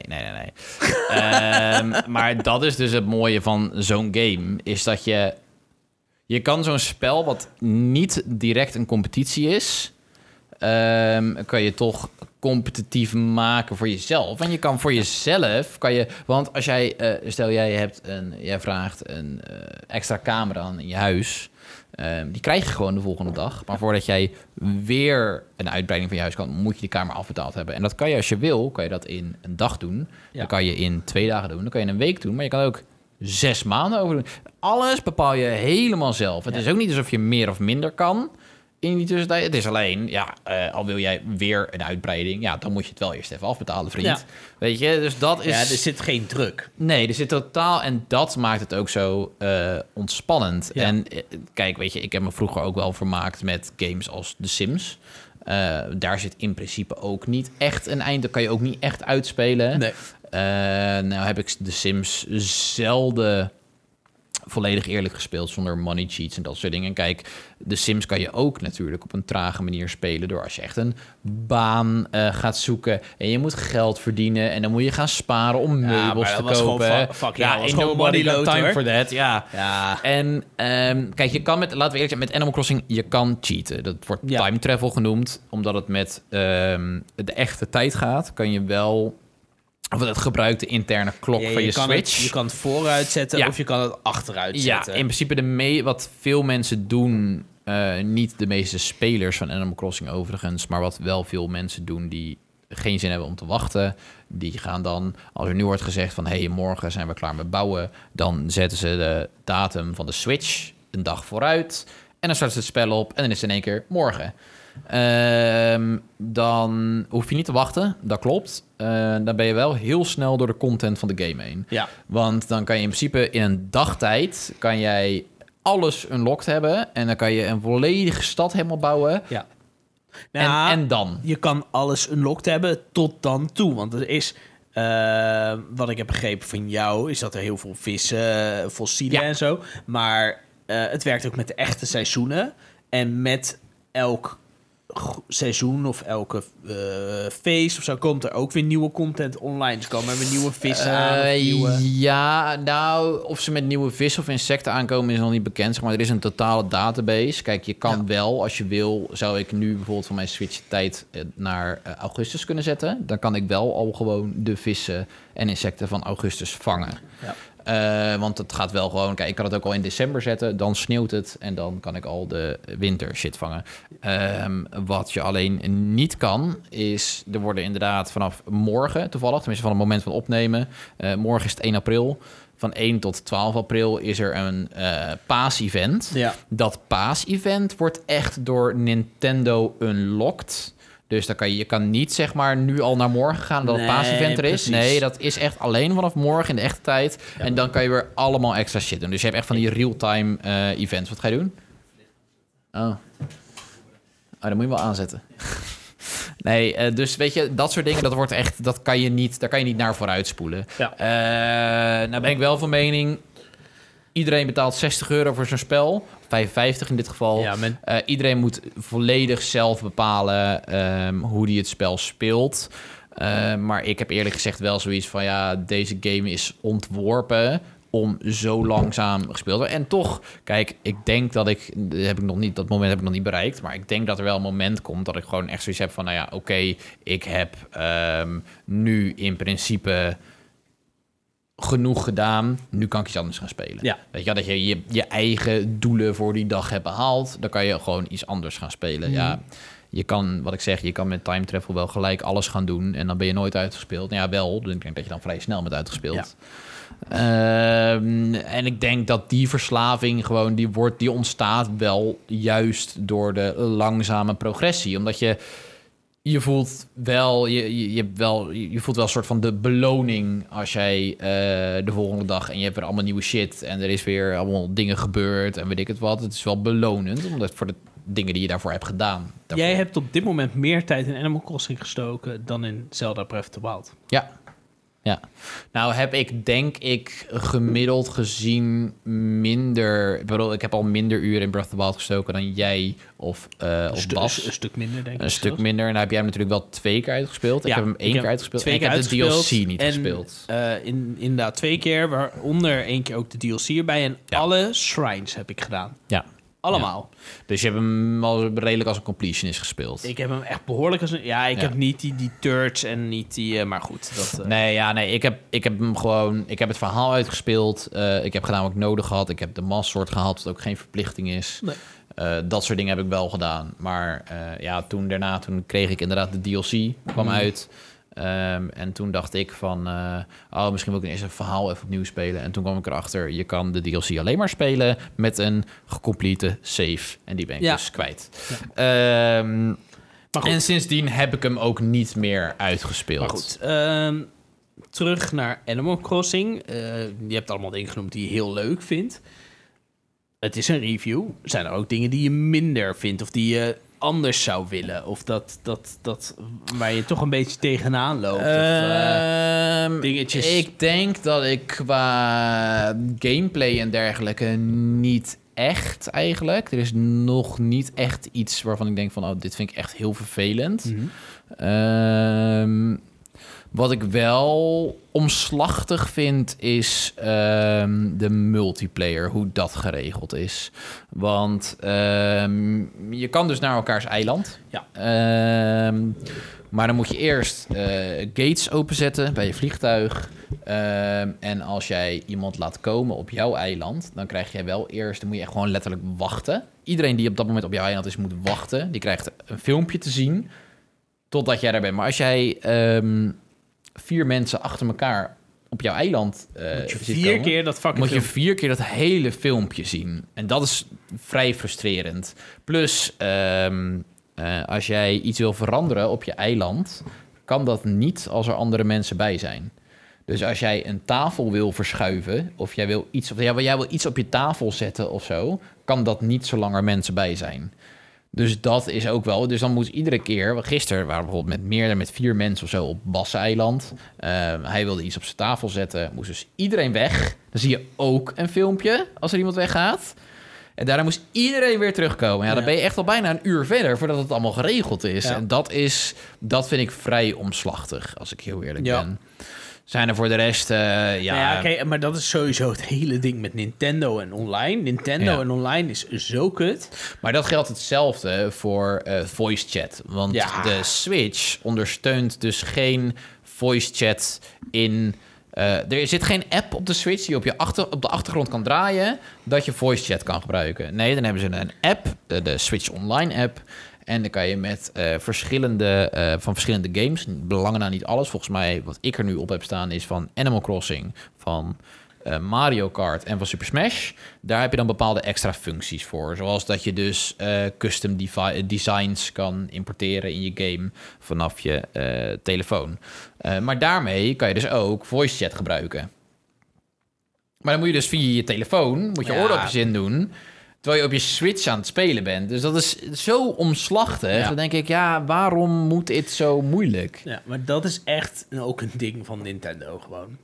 Maar dat is dus het mooie van zo'n game, is dat je kan zo'n spel wat niet direct een competitie is, kan je toch competitief maken voor jezelf. En je kan voor jezelf, want als jij, stel jij vraagt een extra kamer aan in je huis, die krijg je gewoon de volgende dag. Maar voordat jij weer een uitbreiding van je huis kan, moet je die kamer afbetaald hebben. En dat kan je, als je wil, kan je dat in een dag doen. Ja. Dan kan je in 2 dagen doen. Dan kan je in een week doen. Maar je kan ook 6 maanden over doen. Alles bepaal je helemaal zelf. Het is ook niet alsof je meer of minder kan in die tussentijd. Het is alleen, al wil jij weer een uitbreiding, dan moet je het wel eerst even afbetalen, vriend. Ja. Weet je, dus dat is. Ja, er zit geen druk. Nee, er zit totaal, en dat maakt het ook zo ontspannend. Ja. En kijk, weet je, ik heb me vroeger ook wel vermaakt met games als The Sims. Daar zit in principe ook niet echt een eind. Dat kan je ook niet echt uitspelen. Nee. Nou heb ik The Sims zelden volledig eerlijk gespeeld, zonder money cheats en dat soort dingen. En kijk, de Sims kan je ook natuurlijk op een trage manier spelen, door als je echt een baan gaat zoeken en je moet geld verdienen en dan moet je gaan sparen om meubels te kopen. Nobody got time for that. Ja. En kijk, je kan laten we eerlijk zijn, met Animal Crossing, je kan cheaten. Dat wordt time travel genoemd, omdat het met de echte tijd gaat, kan je wel. Of het gebruikt de interne klok van je Switch. Je kan het vooruit zetten of je kan het achteruit zetten. Ja, in principe wat veel mensen doen, niet de meeste spelers van Animal Crossing overigens, maar wat wel veel mensen doen die geen zin hebben om te wachten, die gaan dan, als er nu wordt gezegd van morgen zijn we klaar met bouwen, dan zetten ze de datum van de Switch een dag vooruit en dan starten ze het spel op en dan is het in één keer morgen. Dan hoef je niet te wachten, dat klopt. Dan ben je wel heel snel door de content van de game heen. Ja. Want dan kan je in principe in een dagtijd kan jij alles unlocked hebben en dan kan je een volledige stad helemaal bouwen. Ja. En dan? Je kan alles unlocked hebben tot dan toe. Want er is, wat ik heb begrepen van jou, is dat er heel veel vissen, fossielen en zo. Maar het werkt ook met de echte seizoenen. En met elk seizoen of elke feest of zo komt er ook weer nieuwe content online. Dus komen er weer nieuwe vissen aan. Ja, nou, of ze met nieuwe vissen of insecten aankomen is nog niet bekend. Zeg maar er is een totale database. Kijk, je kan wel, als je wil, zou ik nu bijvoorbeeld van mijn Switch tijd naar augustus kunnen zetten. Dan kan ik wel al gewoon de vissen en insecten van augustus vangen. Ja. Want het gaat wel gewoon. Kijk, ik kan het ook al in december zetten. Dan sneeuwt het en dan kan ik al de winter shit vangen. Wat je alleen niet kan, is. Er worden inderdaad vanaf morgen toevallig, tenminste van het moment van opnemen. Morgen is het 1 april. Van 1 tot 12 april is er een paas-event. Ja. Dat paas-event wordt echt door Nintendo unlocked. Dus dan je kan niet zeg maar nu al naar morgen gaan dat het paas-event er is. Precies. Nee, dat is echt alleen vanaf morgen in de echte tijd. Ja. En dan kan je weer allemaal extra shit doen. Dus je hebt echt van die real-time events. Wat ga je doen? Oh, dan moet je wel aanzetten. Nee, dus weet je, dat soort dingen, daar kan je niet naar vooruit spoelen. Ja. Nou ben ik wel van mening, iedereen betaalt €60 voor zo'n spel. 55 in dit geval. Ja, iedereen moet volledig zelf bepalen hoe die het spel speelt. Maar ik heb eerlijk gezegd wel zoiets van, deze game is ontworpen om zo langzaam gespeeld te worden. En toch, kijk, ik denk dat dat moment heb ik nog niet bereikt, maar ik denk dat er wel een moment komt dat ik gewoon echt zoiets heb van, oké, ik heb nu in principe genoeg gedaan. Nu kan ik iets anders gaan spelen. Ja. Weet je, dat je eigen doelen voor die dag hebt behaald. Dan kan je gewoon iets anders gaan spelen. Mm. Ja, je kan, wat ik zeg, je kan met time travel wel gelijk alles gaan doen en dan ben je nooit uitgespeeld. Nou ja, wel. Dus ik denk dat je dan vrij snel bent uitgespeeld. Ja. En ik denk dat die verslaving gewoon, die ontstaat wel juist door de langzame progressie. Omdat je voelt wel, je voelt wel een soort van de beloning als jij de volgende dag en je hebt weer allemaal nieuwe shit en er is weer allemaal dingen gebeurd en weet ik het wat. Het is wel belonend, omdat voor de dingen die je daarvoor hebt gedaan. Jij hebt op dit moment meer tijd in Animal Crossing gestoken dan in Zelda Breath of the Wild. Ja. Nou heb ik, denk ik, gemiddeld gezien minder. Ik bedoel, ik heb al minder uren in Breath of the Wild gestoken dan jij of Bas. Een stuk minder, denk ik. Een stuk minder. En dan heb jij hem natuurlijk wel 2 keer uitgespeeld. Ik heb hem 1 keer uitgespeeld. En ik heb de DLC niet gespeeld. Inderdaad 2 keer, waaronder 1 keer ook de DLC erbij. En alle shrines heb ik gedaan. Ja. Allemaal. Ja. Dus je hebt hem al redelijk als een completionist gespeeld. Ik heb hem echt behoorlijk als een... Ja, ik heb niet die turds en niet die... maar goed, dat... Nee, ik heb hem gewoon... Ik heb het verhaal uitgespeeld. Ik heb gedaan wat ik nodig had. Ik heb de massort gehad, wat ook geen verplichting is. Nee. Dat soort dingen heb ik wel gedaan. Maar toen kreeg ik inderdaad de DLC. Kwam uit. En toen dacht ik van... misschien wil ik eerst een verhaal even opnieuw spelen. En toen kwam ik erachter... je kan de DLC alleen maar spelen... met een gecomplete save. En die ben ik dus kwijt. Ja. Maar en sindsdien heb ik hem ook niet meer uitgespeeld. Maar goed, terug naar Animal Crossing. Je hebt allemaal dingen genoemd die je heel leuk vindt. Het is een review. Zijn er ook dingen die je minder vindt... of die je anders zou willen? Of dat waar je toch een beetje tegenaan loopt? Dingetjes. Ik denk dat ik qua gameplay en dergelijke niet echt eigenlijk. Er is nog niet echt iets waarvan ik denk van... dit vind ik echt heel vervelend. Wat ik wel omslachtig vind is de multiplayer, hoe dat geregeld is. Want je kan dus naar elkaars eiland. Ja. Maar dan moet je eerst gates openzetten bij je vliegtuig. En als jij iemand laat komen op jouw eiland, dan krijg jij wel eerst... dan moet je echt gewoon letterlijk wachten. Iedereen die op dat moment op jouw eiland is, moet wachten. Die krijgt een filmpje te zien totdat jij daar bent. Maar als jij 4 mensen achter elkaar op jouw eiland moet je 4 keer dat fucking moet je 4 keer dat hele filmpje zien. En dat is vrij frustrerend. Plus, als jij iets wil veranderen op je eiland, kan dat niet als er andere mensen bij zijn. Dus als jij een tafel wil verschuiven, of jij wil iets op je tafel zetten of zo, kan dat niet zolang er mensen bij zijn. Dus dat is ook wel... Dus dan moet iedere keer... Gisteren waren we bijvoorbeeld met 4 mensen of zo op Basseneiland. Hij wilde iets op zijn tafel zetten. Moest dus iedereen weg. Dan zie je ook een filmpje als er iemand weggaat. En daarna moest iedereen weer terugkomen. Ja, dan ben je echt al bijna een uur verder voordat het allemaal geregeld is. Ja. En dat vind ik vrij omslachtig, als ik heel eerlijk ben. Zijn er voor de rest, maar dat is sowieso het hele ding met Nintendo en online. Nintendo en online is zo kut. Maar dat geldt hetzelfde voor voice chat. Want de Switch ondersteunt dus geen voice chat in... er zit geen app op de Switch die op de achtergrond kan draaien... dat je voice chat kan gebruiken. Nee, dan hebben ze een app, de Switch Online app... En dan kan je met verschillende games, belangen nou niet alles. Volgens mij, wat ik er nu op heb staan, is van Animal Crossing, van Mario Kart en van Super Smash. Daar heb je dan bepaalde extra functies voor. Zoals dat je dus custom designs kan importeren in je game vanaf je telefoon. Maar daarmee kan je dus ook voice chat gebruiken. Maar dan moet je dus via je telefoon, oordopjes in doen... terwijl je op je Switch aan het spelen bent. Dus dat is zo omslachtig. Ja. Dan denk ik, waarom moet dit zo moeilijk? Ja, maar dat is echt ook een ding van Nintendo gewoon.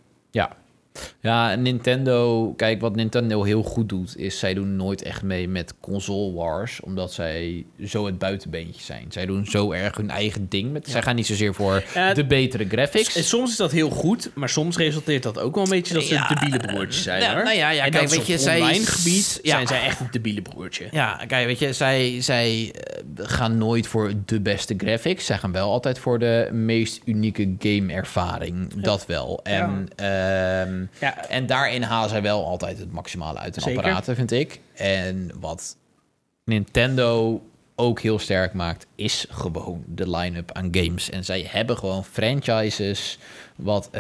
Ja, Nintendo... Kijk, wat Nintendo heel goed doet... is zij doen nooit echt mee met console wars... omdat zij zo het buitenbeentje zijn. Zij doen zo erg hun eigen ding. Zij gaan niet zozeer voor de betere graphics. En soms is dat heel goed... maar soms resulteert dat ook wel een beetje... dat ze debiele broertjes zijn, hoor. En kijk, weet je, online gebied zijn zij echt een debiele broertje. Ja, kijk, weet je, zij gaan nooit voor de beste graphics. Zij gaan wel altijd voor de meest unieke game-ervaring. Ja. Dat wel. En... en daarin halen zij wel altijd het maximale uit hun apparaten, vind ik. En wat Nintendo ook heel sterk maakt, is gewoon de line-up aan games. En zij hebben gewoon franchises wat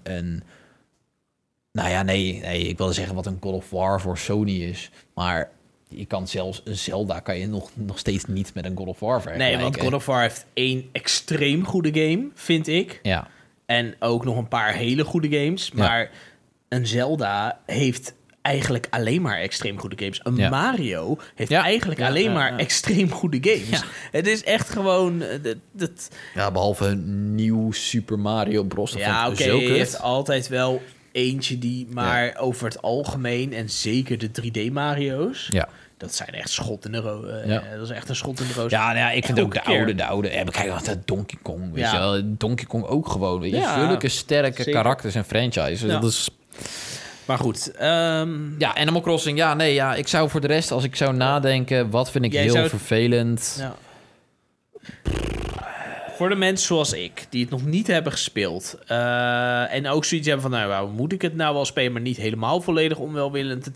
ik wilde zeggen wat een God of War voor Sony is. Maar je kan zelfs een Zelda kan je nog steeds niet met een God of War vergelijken. Nee, want God of War heeft 1 extreem goede game, vind ik. Ja. En ook nog een paar hele goede games. Maar een Zelda heeft eigenlijk alleen maar extreem goede games. Een Mario heeft eigenlijk alleen maar extreem goede games. Ja. Het is echt gewoon... behalve een nieuw Super Mario Bros. Ja, oké, je heeft altijd wel eentje die... Maar over het algemeen, en zeker de 3D Mario's... Ja. Dat zijn echt schot in de roos. Dat is echt een schot in de roos. Ja, ik vind ook de oude. Kijk, wat dat Donkey Kong. Weet je wel? Donkey Kong ook gewoon. Weet je? Zulke sterke karakters en franchises. Ja. Dat is... Maar goed. Animal Crossing. Ik zou voor de rest, als ik zou nadenken, wat vind ik heel vervelend. Ja. Voor de mensen zoals ik, die het nog niet hebben gespeeld. En ook zoiets hebben van, nou, moet ik het nou wel spelen, maar niet helemaal volledig onwelwillend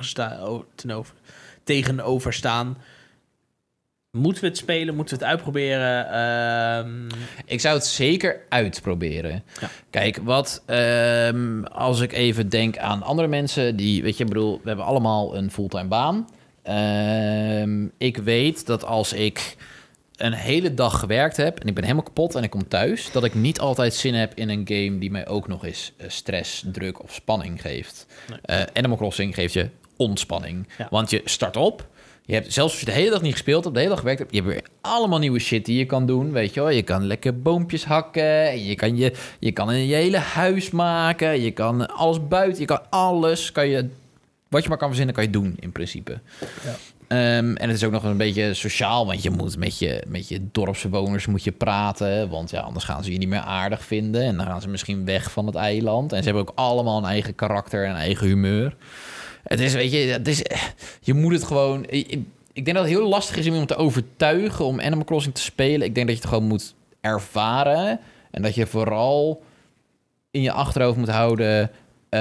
tegenover staan. Moeten we het spelen? Moeten we het uitproberen? Ik zou het zeker uitproberen. Ja. Kijk, als ik even denk aan andere mensen die, weet je, we hebben allemaal een fulltime baan. Ik weet dat als ik een hele dag gewerkt heb en ik ben helemaal kapot en ik kom thuis, dat ik niet altijd zin heb in een game die mij ook nog eens stress, druk of spanning geeft. Nee. Animal Crossing geeft je ontspanning. Ja. Want je start op, Je hebt, zelfs als je de hele dag niet gespeeld hebt, de hele dag gewerkt hebt, je hebt weer allemaal nieuwe shit die je kan doen, weet je wel. Je kan lekker boompjes hakken, je kan je hele huis maken, je kan alles buiten, je kan alles, wat je maar kan verzinnen, kan je doen in principe. Ja. En het is ook nog een beetje sociaal, want je moet met je dorpsbewoners moet je praten, want ja, anders gaan ze je niet meer aardig vinden en dan gaan ze misschien weg van het eiland. En ze hebben ook allemaal een eigen karakter en een eigen humeur. Het is, weet je, je moet het gewoon... Ik denk dat het heel lastig is om iemand te overtuigen om Animal Crossing te spelen. Ik denk dat je het gewoon moet ervaren en dat je vooral in je achterhoofd moet houden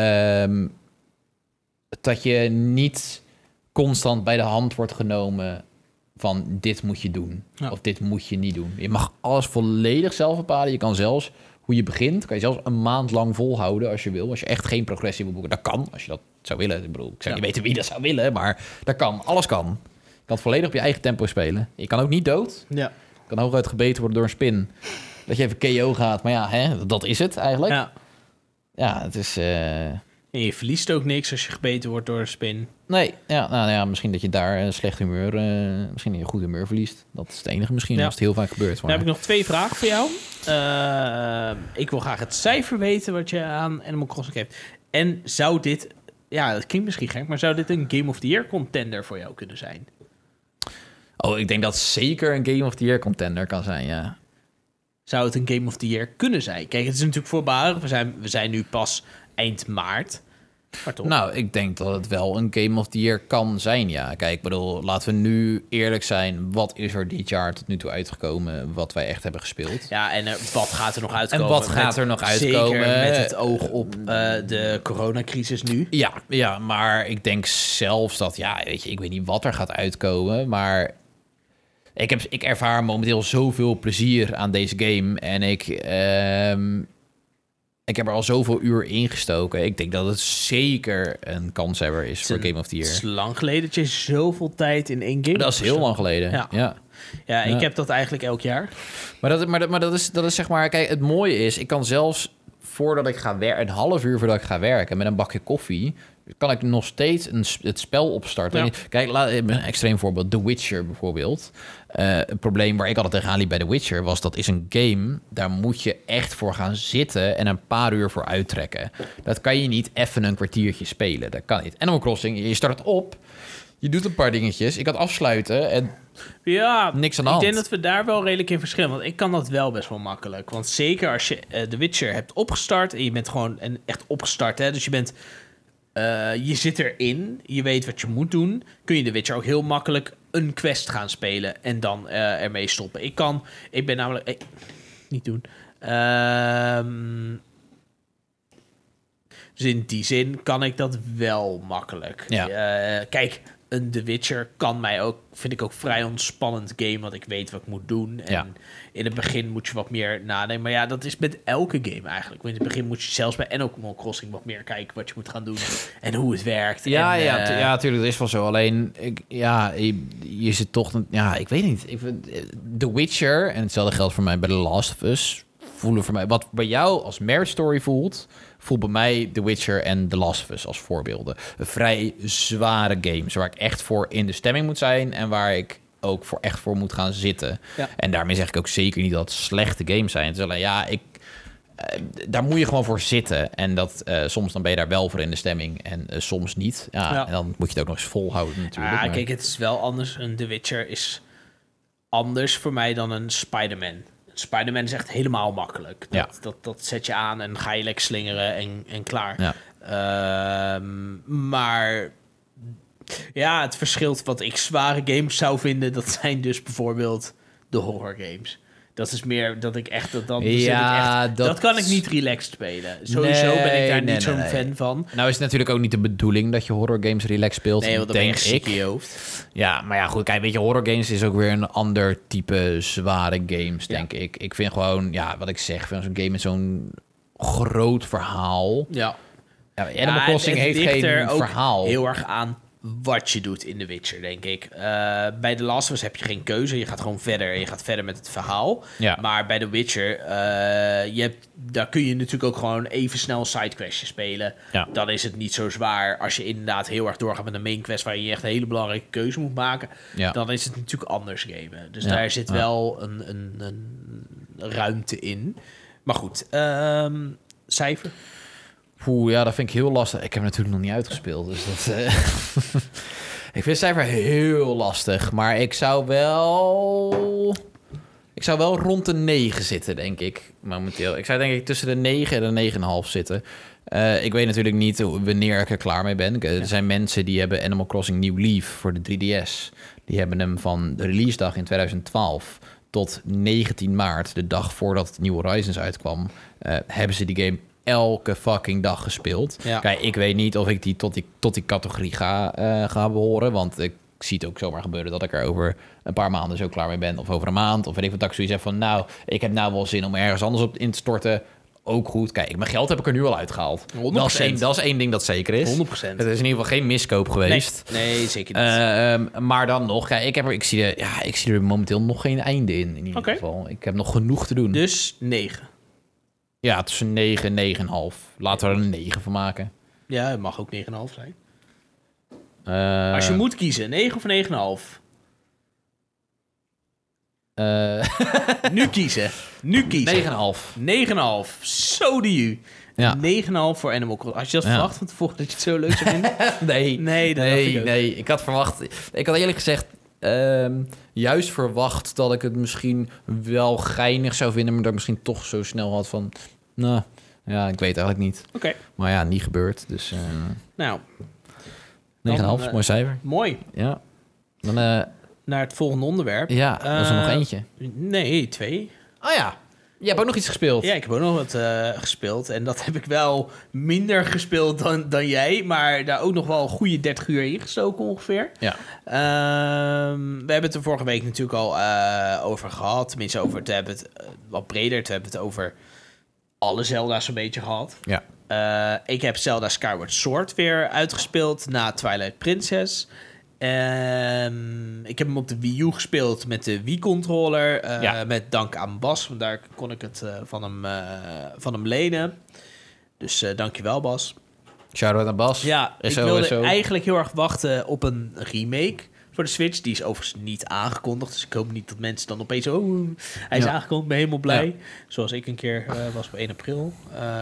dat je niet constant bij de hand wordt genomen van dit moet je doen of dit moet je niet doen. Je mag alles volledig zelf bepalen. Je kan zelfs hoe je begint, kan je zelfs een maand lang volhouden als je wil. Als je echt geen progressie wil boeken, dat kan. Als je dat zou willen. Ik bedoel, ik zou niet weten wie dat zou willen, maar dat kan. Alles kan. Je kan het volledig op je eigen tempo spelen. Je kan ook niet dood. Ja. Je kan hooguit gebeten worden door een spin. Dat je even KO gaat. Maar ja, dat is het eigenlijk. Ja, het is... En je verliest ook niks als je gebeten wordt door een spin. Nee, misschien dat je daar een slecht humeur... misschien dat je goed humeur verliest. Dat is het enige misschien, als het heel vaak gebeurt. Dan heb ik nog 2 vragen voor jou. Ik wil graag het cijfer weten wat je aan Animal Crossing geeft. En zou dit... Ja, dat klinkt misschien gek, maar zou dit een Game of the Year contender voor jou kunnen zijn? Oh, ik denk dat zeker een Game of the Year contender kan zijn, ja. Zou het een Game of the Year kunnen zijn? Kijk, het is natuurlijk voorbarig. We zijn nu pas eind maart. Maar toch? Nou, ik denk dat het wel een Game of the Year kan zijn, ja. Kijk, ik bedoel, laten we nu eerlijk zijn. Wat is er dit jaar tot nu toe uitgekomen wat wij echt hebben gespeeld? Ja, en wat gaat er nog uitkomen? En wat gaat er nog uitkomen? Zeker met het oog op de coronacrisis nu. Ja, maar ik denk zelfs dat, weet je, ik weet niet wat er gaat uitkomen, maar ik ervaar momenteel zoveel plezier aan deze game en ik heb er al zoveel uur ingestoken. Ik denk dat het zeker een kanshebber is voor Game of the Year. Het is lang geleden dat je zoveel tijd in één game... Dat is heel lang geleden, ja. Ik heb dat eigenlijk elk jaar. Maar dat is zeg maar... Kijk, het mooie is, ik kan zelfs voordat ik ga werken... een half uur voordat ik ga werken met een bakje koffie... kan ik nog steeds het spel opstarten. Ja. Kijk, een extreem voorbeeld. The Witcher bijvoorbeeld. Een probleem waar ik altijd tegenaan liep bij The Witcher... was dat is een game, daar moet je echt voor gaan zitten... en een paar uur voor uittrekken. Dat kan je niet even een kwartiertje spelen. Dat kan niet. Animal Crossing, je start het op... Je doet een paar dingetjes. Ik kan het afsluiten en niks aan de hand. Ik denk dat we daar wel redelijk in verschillen. Want ik kan dat wel best wel makkelijk. Want zeker als je The Witcher hebt opgestart... en je bent gewoon echt opgestart. Hè? Dus je bent... je zit erin, je weet wat je moet doen... kun je The Witcher ook heel makkelijk een quest gaan spelen... en dan ermee stoppen. Ik ben namelijk... niet doen. Dus in die zin kan ik dat wel makkelijk. Ja. Kijk, een The Witcher kan mij ook... vind ik ook vrij ontspannend game... want ik weet wat ik moet doen. En in het begin moet je wat meer nadenken. Maar ja, dat is met elke game eigenlijk. Want in het begin moet je zelfs bij Animal Crossing... wat meer kijken wat je moet gaan doen... en hoe het werkt. Ja, natuurlijk, dat is wel zo. Alleen, je zit toch... Ja, ik weet niet. The Witcher, en hetzelfde geldt voor mij bij The Last of Us... voelen voor mij... wat bij jou als Marriage Story voelt bij mij The Witcher en The Last of Us als voorbeelden. Vrij zware games waar ik echt voor in de stemming moet zijn... en waar ik ook echt voor moet gaan zitten. Ja. En daarmee zeg ik ook zeker niet dat het slechte games zijn. Het is alleen, daar moet je gewoon voor zitten. En dat soms dan ben je daar wel voor in de stemming en soms niet. Ja. En dan moet je het ook nog eens volhouden natuurlijk. Maar kijk, het is wel anders. Een The Witcher is anders voor mij dan een Spider-Man. Spider-Man is echt helemaal makkelijk. Dat zet je aan en ga je lekker slingeren en klaar. Ja. Maar ja, het verschilt wat ik zware games zou vinden. Dat zijn dus bijvoorbeeld de horror games. Dat is meer dat ik echt... Dat kan ik niet relaxed spelen. Sowieso ben ik daar niet zo'n fan van. Nou is het natuurlijk ook niet de bedoeling dat je horror games relaxed speelt. Nee, want dan denk ik in je hoofd. Ja, maar ja, goed. Kijk, weet je, horror games is ook weer een ander type zware games, denk ik. Ik vind gewoon, wat ik zeg, van zo'n game met zo'n groot verhaal. Ja. Animal Crossing heeft geen verhaal. Heel erg aan wat je doet in The Witcher, denk ik. Bij The Last of Us heb je geen keuze. Je gaat gewoon verder en je gaat verder met het verhaal. Ja. Maar bij The Witcher, daar kun je natuurlijk ook gewoon even snel een sidequestje spelen. Ja. Dan is het niet zo zwaar. Als je inderdaad heel erg doorgaat met een main quest waar je echt een hele belangrijke keuze moet maken, dan is het natuurlijk anders gamen. Dus daar zit wel een ruimte in. Maar goed, cijfer? Ja, dat vind ik heel lastig. Ik heb hem natuurlijk nog niet uitgespeeld, dus dat... ik vind het cijfer heel lastig, maar ik zou wel rond de 9 zitten, denk ik, momenteel. Ik zou denk ik tussen de 9 en de 9,5 zitten. Ik weet natuurlijk niet wanneer ik er klaar mee ben. Er zijn mensen die hebben Animal Crossing New Leaf voor de 3DS. Die hebben hem van de release dag in 2012 tot 19 maart, de dag voordat New Horizons uitkwam, hebben ze die game elke fucking dag gespeeld. Ja. Kijk, ik weet niet of ik die tot die categorie ga behoren, want ik zie het ook zomaar gebeuren dat ik er over een paar maanden zo klaar mee ben, of over een maand, of weet ik wat, dat ik zoiets heb van, nou, ik heb nou wel zin om ergens anders op in te storten. Ook goed. Kijk, mijn geld heb ik er nu al uitgehaald. 100%. Dat is één ding dat zeker is. 100%. Het is in ieder geval geen miskoop geweest. Nee zeker niet. Maar dan nog, kijk, ik zie er momenteel nog geen einde in ieder geval. Ik heb nog genoeg te doen. Dus 9. Ja, tussen 9 en 9,5. Laten we er een 9 van maken. Ja, het mag ook 9,5 zijn. Als je moet kiezen, 9 of 9,5? Nu kiezen. 9,5. 9,5. Zo die u. Ja. 9,5 voor Animal Crossing. Als je dat verwacht van tevoren dat je het zo leuk zou vinden? Nee. Ik had verwacht... Ik had eerlijk gezegd juist verwacht dat ik het misschien wel geinig zou vinden, maar dat ik misschien toch zo snel had van... Nou, ja, ik weet eigenlijk niet. Oké. Maar ja, niet gebeurd. Dus... nou. 9,5, mooi cijfer. Mooi. Ja. Dan... naar het volgende onderwerp. Ja, dat is er nog eentje. Nee, 2. Oh ja, je hebt ook nog iets gespeeld. Ja, ik heb ook nog wat gespeeld. En dat heb ik wel minder gespeeld dan jij. Maar daar ook nog wel een goede 30 uur in gestoken ongeveer. Ja. We hebben het er vorige week natuurlijk al over gehad. Tenminste, te hebben het wat breder. Te hebben het over alle Zelda's een beetje gehad. Ja. Ik heb Zelda Skyward Sword weer uitgespeeld na Twilight Princess. Ik heb hem op de Wii U gespeeld met de Wii-controller. Met dank aan Bas, want daar kon ik het van hem lenen. Dus dankjewel, Bas. Shout-out aan Bas. Ja, ik wilde eigenlijk heel erg wachten op een remake voor de Switch. Die is overigens niet aangekondigd. Dus ik hoop niet dat mensen dan opeens... Oh, hij is aangekondigd, ben helemaal blij. Ja. Zoals ik een keer was op 1 april.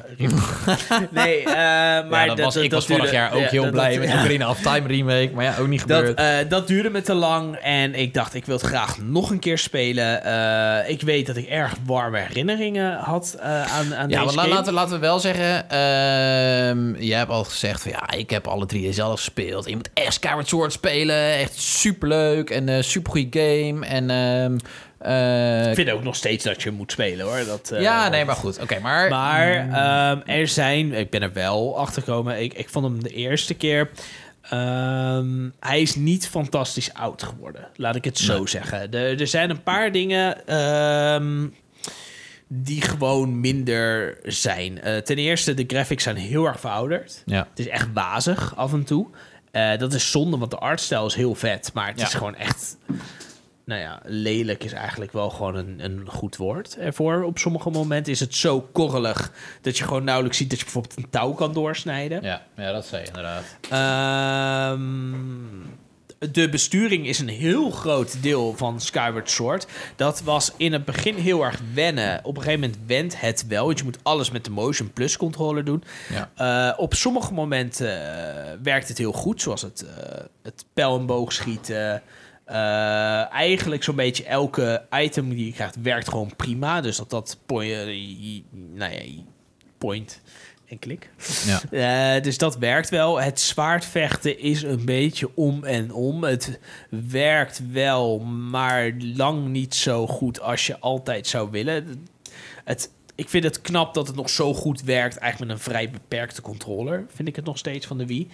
Nee, maar ik was vorig jaar ook heel blij met de Ocarina of Time remake. Maar ja, ook niet gebeurd. Dat duurde me te lang. En ik dacht, ik wil het graag nog een keer spelen. Ik weet dat ik erg warme herinneringen had aan deze game. Ja, laten we wel zeggen... jij hebt al gezegd van... Ja, ik heb alle 3 zelf gespeeld. Je moet echt Skyward Sword spelen. Echt superleuk en supergoeie game. En ik vind ook nog steeds dat je moet spelen, hoor. Maar goed. Oké, maar... Maar ik ben er wel achter gekomen. Ik vond hem de eerste keer... hij is niet fantastisch oud geworden. Laat ik het zo zeggen. Er zijn een paar dingen... die gewoon minder zijn. Ten eerste, de graphics zijn heel erg verouderd. Ja. Het is echt wazig af en toe. Dat is zonde, want de artstijl is heel vet. Maar het is gewoon echt... Nou ja, lelijk is eigenlijk wel gewoon een goed woord ervoor. Op sommige momenten is het zo korrelig... dat je gewoon nauwelijks ziet dat je bijvoorbeeld een touw kan doorsnijden. Ja dat zei je inderdaad. De besturing is een heel groot deel van Skyward Sword. Dat was in het begin heel erg wennen. Op een gegeven moment went het wel. Want je moet alles met de Motion Plus controller doen. Ja. Op sommige momenten werkt het heel goed. Zoals het pijl- en boogschieten. Eigenlijk zo'n beetje elke item die je krijgt werkt gewoon prima. Dus dat point en klik. Ja. Dus dat werkt wel. Het zwaardvechten is een beetje om en om. Het werkt wel, maar lang niet zo goed als je altijd zou willen. Ik vind het knap dat het nog zo goed werkt. Eigenlijk met een vrij beperkte controller. Vind ik het nog steeds van de Wii.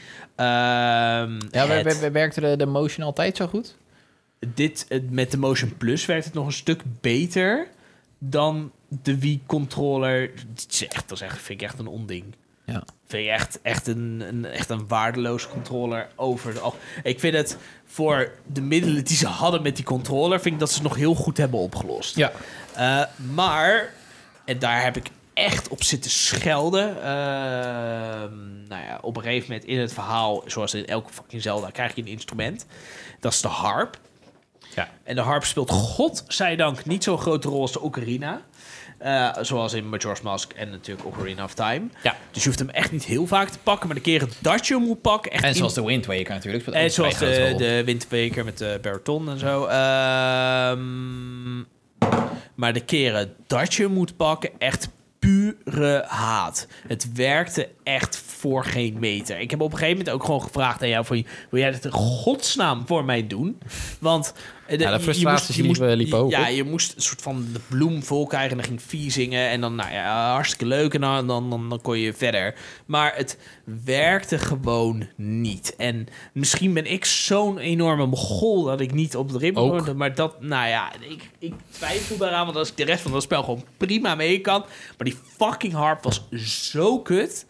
Werkte de Motion altijd zo goed? Met de Motion Plus werkt het nog een stuk beter dan de Wii-controller. Dat vind ik echt een onding. Ja. Vind je echt een waardeloze controller over. Ik vind het voor de middelen die ze hadden met die controller, vind ik dat ze het nog heel goed hebben opgelost. Ja. Maar, en daar heb ik echt op zitten schelden. Op een gegeven moment in het verhaal, zoals in elke fucking Zelda, krijg je een instrument. Dat is de harp. Ja. En de harp speelt godzijdank niet zo'n grote rol als de ocarina. Zoals in Majora's Mask en natuurlijk Ocarina of Time. Ja. Dus je hoeft hem echt niet heel vaak te pakken. Maar de keren dat je hem moet pakken... Echt en zoals de Wind Waker natuurlijk. En zoals de Wind Waker met de Baraton en zo. Maar de keren dat je hem moet pakken, echt pure haat. Het werkte echt voor geen meter. Ik heb op een gegeven moment ook gewoon gevraagd aan jou van, wil jij dit in godsnaam voor mij doen? Want de frustraties liepen ook. Ja, je moest een soort van de bloem vol krijgen en dan ging Vie zingen en dan, hartstikke leuk en dan kon je verder. Maar het werkte gewoon niet. En misschien ben ik zo'n enorme mogol dat ik niet op de rim hoorde, maar dat, ik twijfel daaraan, want als ik de rest van dat spel gewoon prima mee kan, maar die fucking harp was zo kut,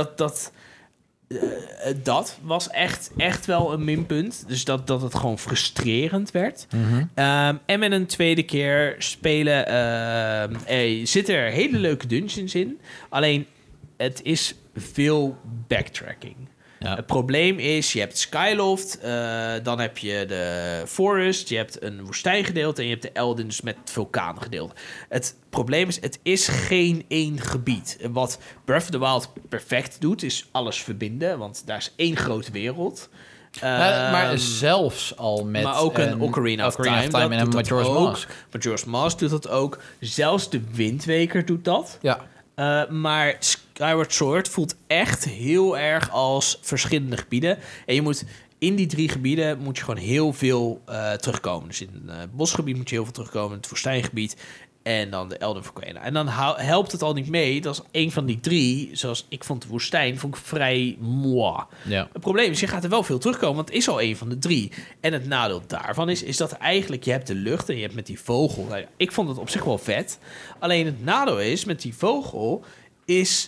dat was echt wel een minpunt. Dus dat het gewoon frustrerend werd. Mm-hmm. En met een tweede keer spelen zitten er hele leuke dungeons in. Alleen, het is veel backtracking. Ja. Het probleem is, je hebt Skyloft, dan heb je de Forest, je hebt een woestijngedeelte en je hebt de Eldens met het vulkaangedeelte. Het probleem is, het is geen één gebied. Wat Breath of the Wild perfect doet, is alles verbinden, want daar is één grote wereld. Maar zelfs al met... Maar ook een Ocarina of Time en een Majora's Mask. Majora's Mask doet dat ook. Zelfs de Wind Waker doet dat. Ja. Maar Skyward Sword voelt echt heel erg als verschillende gebieden. En je moet in die 3 gebieden moet je gewoon heel veel terugkomen. Dus in het bosgebied moet je heel veel terugkomen. In het woestijngebied. En dan de Elden Volcano. En dan helpt het al niet mee. Dat is een van die 3. Zoals ik vond de woestijn vond ik vrij moi. Ja. Het probleem is, je gaat er wel veel terugkomen. Want het is al een van de 3. En het nadeel daarvan is dat eigenlijk je hebt de lucht en je hebt met die vogel. Nou ja, ik vond het op zich wel vet. Alleen het nadeel is met die vogel is...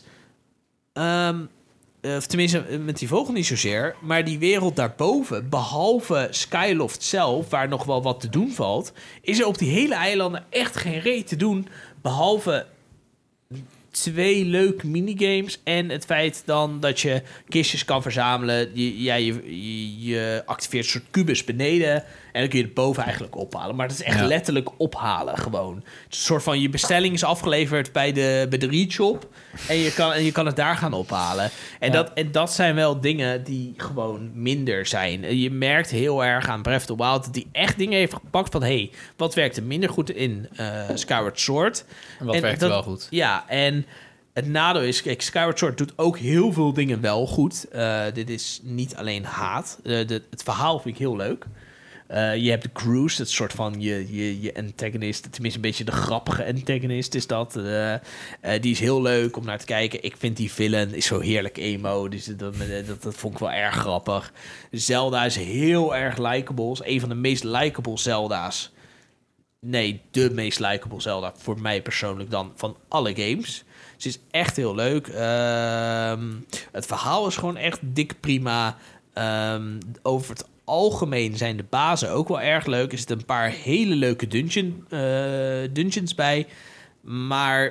of tenminste, met die vogel niet zozeer. Maar die wereld daarboven, behalve Skyloft zelf, waar nog wel wat te doen valt, is er op die hele eilanden echt geen reet te doen. Behalve 2 leuke minigames en het feit dan dat je kistjes kan verzamelen. Je activeert een soort kubus beneden en dan kun je het boven eigenlijk ophalen. Maar dat is echt letterlijk ophalen gewoon. Het is een soort van, je bestelling is afgeleverd bij de Reach Shop en je kan het daar gaan ophalen. En dat zijn wel dingen die gewoon minder zijn. Je merkt heel erg aan Breath of the Wild dat die echt dingen heeft gepakt van, wat werkte minder goed in Skyward Sword? En wat werkte wel goed? Ja, en het nadeel is, kijk, Skyward Sword doet ook heel veel dingen wel goed. Dit is niet alleen haat. Het verhaal vind ik heel leuk. Je hebt de Cruise, dat soort van je antagonist. Tenminste, een beetje de grappige antagonist is dat. Die is heel leuk om naar te kijken. Ik vind die villain is zo heerlijk emo. Dus dat vond ik wel erg grappig. Zelda is heel erg likable. Is een van de meest likable Zelda's. Nee, de meest likable Zelda voor mij persoonlijk dan van alle games. Ze is echt heel leuk. Het verhaal is gewoon echt dik prima. Over het algemeen zijn de bazen ook wel erg leuk. Er zitten een paar hele leuke dungeons bij. Maar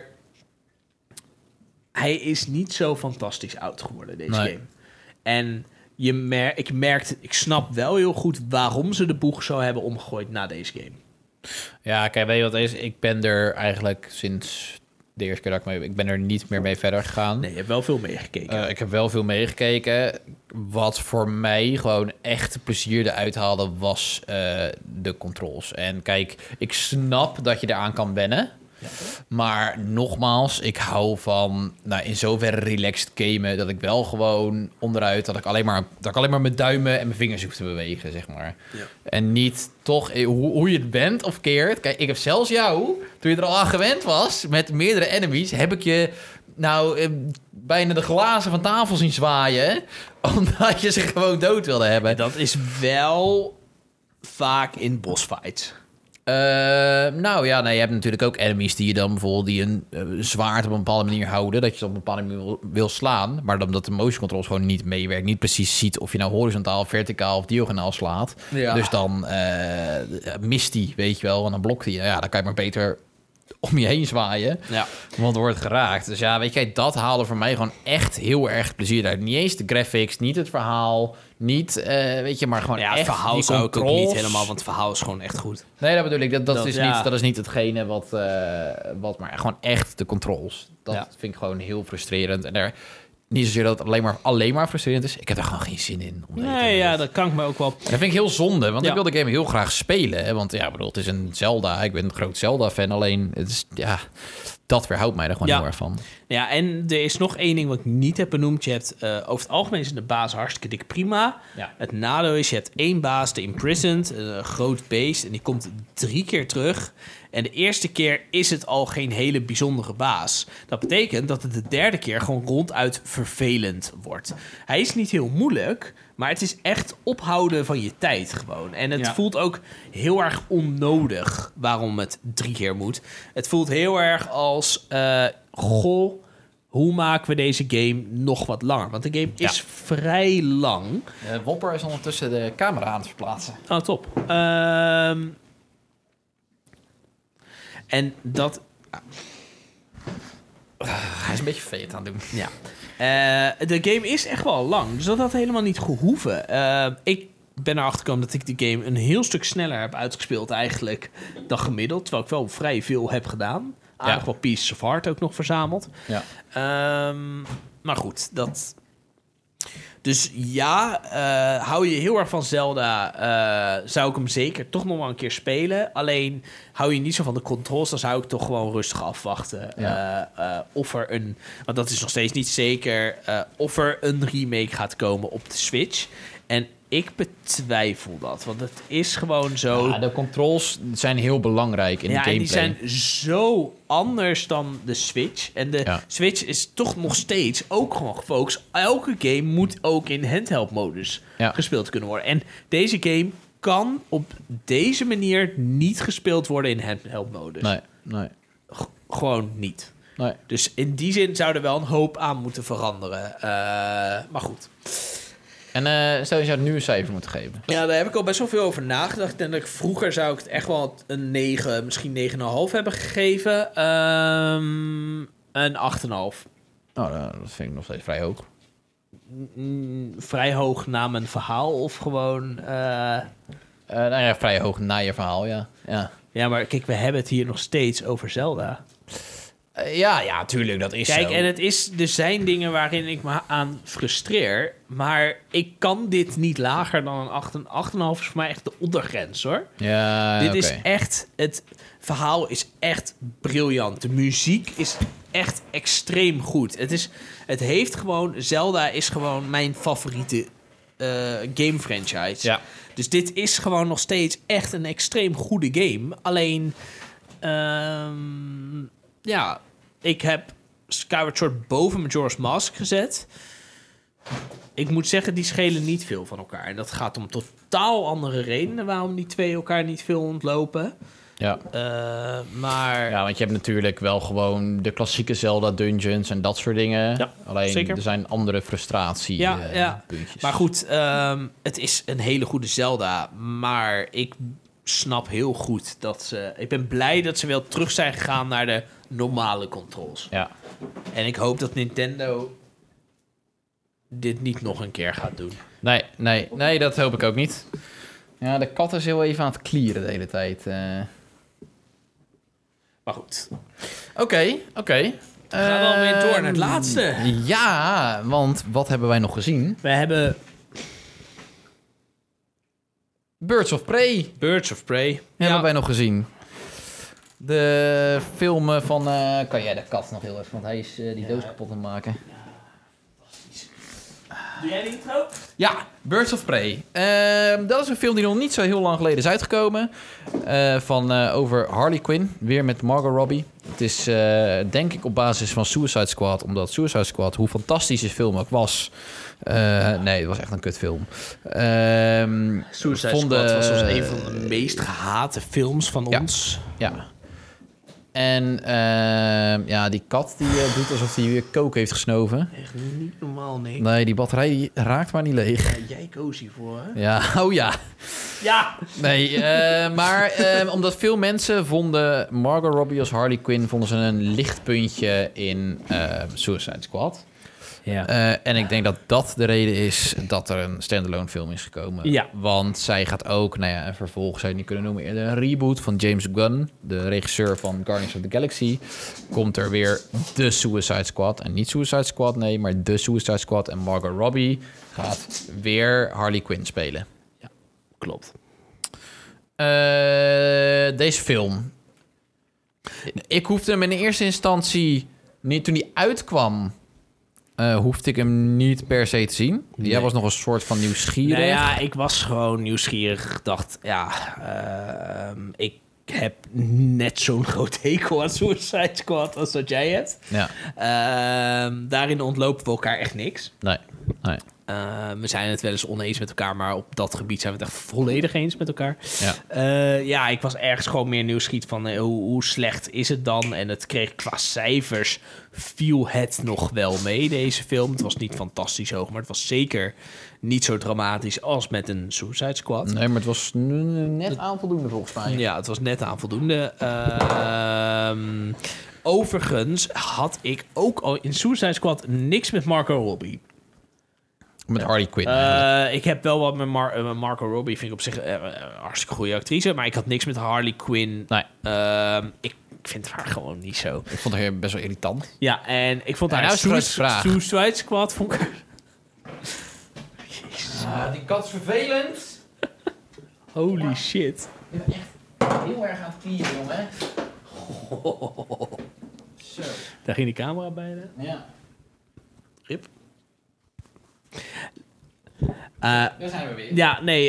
hij is niet zo fantastisch oud geworden, deze game. En ik snap wel heel goed waarom ze de boeg zo hebben omgegooid na deze game. Ja, kijk, weet je wat het is? Ik ben er eigenlijk sinds de eerste keer dat ik ben er niet meer mee verder gegaan. Nee, je hebt wel veel meegekeken. Ik heb wel veel meegekeken. Wat voor mij gewoon echt plezier eruit haalde, was de controls. En kijk, ik snap dat je eraan kan wennen. Ja, maar nogmaals, ik hou van in zoverre relaxed gamen dat ik wel gewoon onderuit dat ik alleen maar mijn duimen en mijn vingers hoef te bewegen, zeg maar. Ja. En niet toch hoe je het bent of keert. Kijk, ik heb zelfs jou, toen je er al aan gewend was met meerdere enemies, heb ik je bijna de glazen van tafel zien zwaaien, omdat je ze gewoon dood wilde hebben. En dat is wel vaak in bossfights. Nou ja, je hebt natuurlijk ook enemies die je dan bijvoorbeeld die een zwaard op een bepaalde manier houden, dat je het op een bepaalde manier wil slaan, maar dan dat de motion controls gewoon niet meewerkt, niet precies ziet of je nou horizontaal, verticaal of diagonaal slaat. Ja. Dus dan mist die, weet je wel, en dan blokt die. Ja, dan kan je maar beter om je heen zwaaien, want er wordt geraakt. Dus ja, weet je, dat haalde voor mij gewoon echt heel erg plezier uit. Niet eens de graphics, niet het verhaal, niet, weet je, maar gewoon echt. Het verhaal zou ik ook niet helemaal, want het verhaal is gewoon echt goed. Nee, dat bedoel ik. Dat is niet hetgene wat maar gewoon echt de controls. Dat vind ik gewoon heel frustrerend. En niet zozeer dat het alleen maar frustrerend is. Ik heb er gewoon geen zin in. Dat kan ik me ook wel. Dat vind ik heel zonde, want ik wil de game heel graag spelen. Hè? Want bedoel, het is een Zelda. Ik ben een groot Zelda-fan. Alleen, het is, dat weerhoudt mij er gewoon heel erg van. Ja, en er is nog één ding wat ik niet heb benoemd. Je hebt, over het algemeen is de baas hartstikke dik prima. Ja. Het nadeel is, je hebt één baas, de Imprisoned, een groot beest. En die komt 3 keer terug. En de eerste keer is het al geen hele bijzondere baas. Dat betekent dat het de 3e keer gewoon ronduit vervelend wordt. Hij is niet heel moeilijk, maar het is echt ophouden van je tijd gewoon. En het voelt ook heel erg onnodig waarom het 3 keer moet. Het voelt heel erg als, hoe maken we deze game nog wat langer? Want de game is vrij lang. Wopper is ondertussen de camera aan het verplaatsen. Oh, top. En dat... Hij is een beetje vervelend aan het doen. Ja. De game is echt wel lang, dus dat had helemaal niet gehoeven. Ik ben erachter gekomen dat ik de game een heel stuk sneller heb uitgespeeld eigenlijk dan gemiddeld. Terwijl ik wel vrij veel heb gedaan. Aardig wel Pieces of Heart ook nog verzameld. Ja. Maar goed, dat... Dus hou je heel erg van Zelda, zou ik hem zeker toch nog wel een keer spelen. Alleen hou je niet zo van de controls, dan zou ik toch gewoon rustig afwachten. Of er want dat is nog steeds niet zeker, of er een remake gaat komen op de Switch. En ik betwijfel dat, want het is gewoon zo... Ja, de controls zijn heel belangrijk in de gameplay. Ja, en die zijn zo anders dan de Switch. En de Switch is toch nog steeds ook gewoon gefocust. Elke game moet ook in handheld-modus gespeeld kunnen worden. En deze game kan op deze manier niet gespeeld worden in handheld-modus. Nee. Gewoon niet. Nee. Dus in die zin zou er wel een hoop aan moeten veranderen. Maar goed... En stel je zou het nu een cijfer moeten geven. Ja, daar heb ik al best wel veel over nagedacht. En vroeger zou ik het echt wel een 9, misschien 9,5 hebben gegeven. Een 8,5. Oh, dat vind ik nog steeds vrij hoog. Vrij hoog na mijn verhaal of gewoon... vrij hoog na je verhaal, ja. Ja, maar kijk, we hebben het hier nog steeds over Zelda. Ja, tuurlijk, dat is Kijk, zo. en er zijn dingen waarin ik me aan frustreer, maar ik kan dit niet lager dan een 8. Een 8,5 is voor mij echt de ondergrens, hoor. Ja, dit is echt... Het verhaal is echt briljant. De muziek is echt extreem goed. Het heeft gewoon... Zelda is gewoon mijn favoriete game franchise. Ja. Dus dit is gewoon nog steeds echt een extreem goede game. Alleen... ik heb Skyward Sword boven Majora's Mask gezet. Ik moet zeggen, die schelen niet veel van elkaar. En dat gaat om totaal andere redenen waarom die twee elkaar niet veel ontlopen. Ja. Maar... Ja, want je hebt natuurlijk wel gewoon de klassieke Zelda dungeons en dat soort dingen. Ja, alleen zeker. Er zijn andere puntjes. Maar goed, het is een hele goede Zelda. Maar ik snap heel goed dat ze... Ik ben blij dat ze wel terug zijn gegaan naar de normale controls. Ja. En ik hoop dat Nintendo dit niet nog een keer gaat doen. Nee, dat hoop ik ook niet. Ja, de kat is heel even aan het klieren de hele tijd. Maar goed. Oké. Gaan we alweer door naar het laatste. Ja, want wat hebben wij nog gezien? We hebben... Birds of Prey. Hebben wij nog gezien. De film van... kan jij de kat nog heel even... Want hij is die doos kapot aan het maken. Ja, fantastisch. Doe jij de intro? Ja, Birds of Prey. Dat is een film die nog niet zo heel lang geleden is uitgekomen. Over Harley Quinn. Weer met Margot Robbie. Het is denk ik op basis van Suicide Squad. Omdat Suicide Squad, hoe fantastisch die film ook was... nee, het was echt een kutfilm. Suicide Squad was een van de meest gehate films van ons. Ja. En die kat die doet alsof hij weer kook heeft gesnoven. Echt niet normaal, nee. Nee, die batterij die raakt maar niet leeg. Ja, jij koos hiervoor, hè? Ja, oh ja. Ja! Nee, maar omdat veel mensen vonden Margot Robbie als Harley Quinn... vonden ze een lichtpuntje in Suicide Squad. Ja. En ik denk dat dat de reden is dat er een standalone film is gekomen. Ja. Want zij gaat ook, een vervolg zou je het niet kunnen noemen... eerder een reboot van James Gunn, de regisseur van Guardians of the Galaxy. Komt er weer de Suicide Squad. En niet Suicide Squad, nee, maar de Suicide Squad. En Margot Robbie gaat weer Harley Quinn spelen. Ja, klopt. Deze film. Ik hoefde hem in de eerste instantie, niet toen hij uitkwam... hoefde ik hem niet per se te zien. Nee. Jij was nog een soort van nieuwsgierig. Nou ja, ik was gewoon nieuwsgierig. Ik dacht, ik heb net zo'n groot hekel aan Suicide Squad als dat jij hebt. Ja. Daarin ontlopen we elkaar echt niks. Nee. We zijn het wel eens oneens met elkaar, maar op dat gebied zijn we het echt volledig eens met elkaar. Ja, ik was ergens gewoon meer nieuwsgierig van hoe slecht is het dan? En het kreeg qua cijfers, viel het nog wel mee, deze film. Het was niet fantastisch hoog, maar het was zeker niet zo dramatisch als met een Suicide Squad. Nee, maar het was net aan voldoende volgens mij. Ja, het was net aan voldoende. Overigens had ik ook al in Suicide Squad niks met Margot Robbie. Met Harley Quinn. Ik heb wel wat met Margot Robbie. Vind ik op zich hartstikke goede actrice. Maar ik had niks met Harley Quinn. Nee. Ik vind haar gewoon niet zo. Ik vond haar best wel irritant. Ja, en ik vond haar Suicide Squad... vond ik... Jezus. Die kat is vervelend. Holy shit. Ik ben echt heel erg aan het klieren, jongen. Zo. Daar ging die camera bijna. Ja. Rip. Daar zijn we weer. Ja, nee.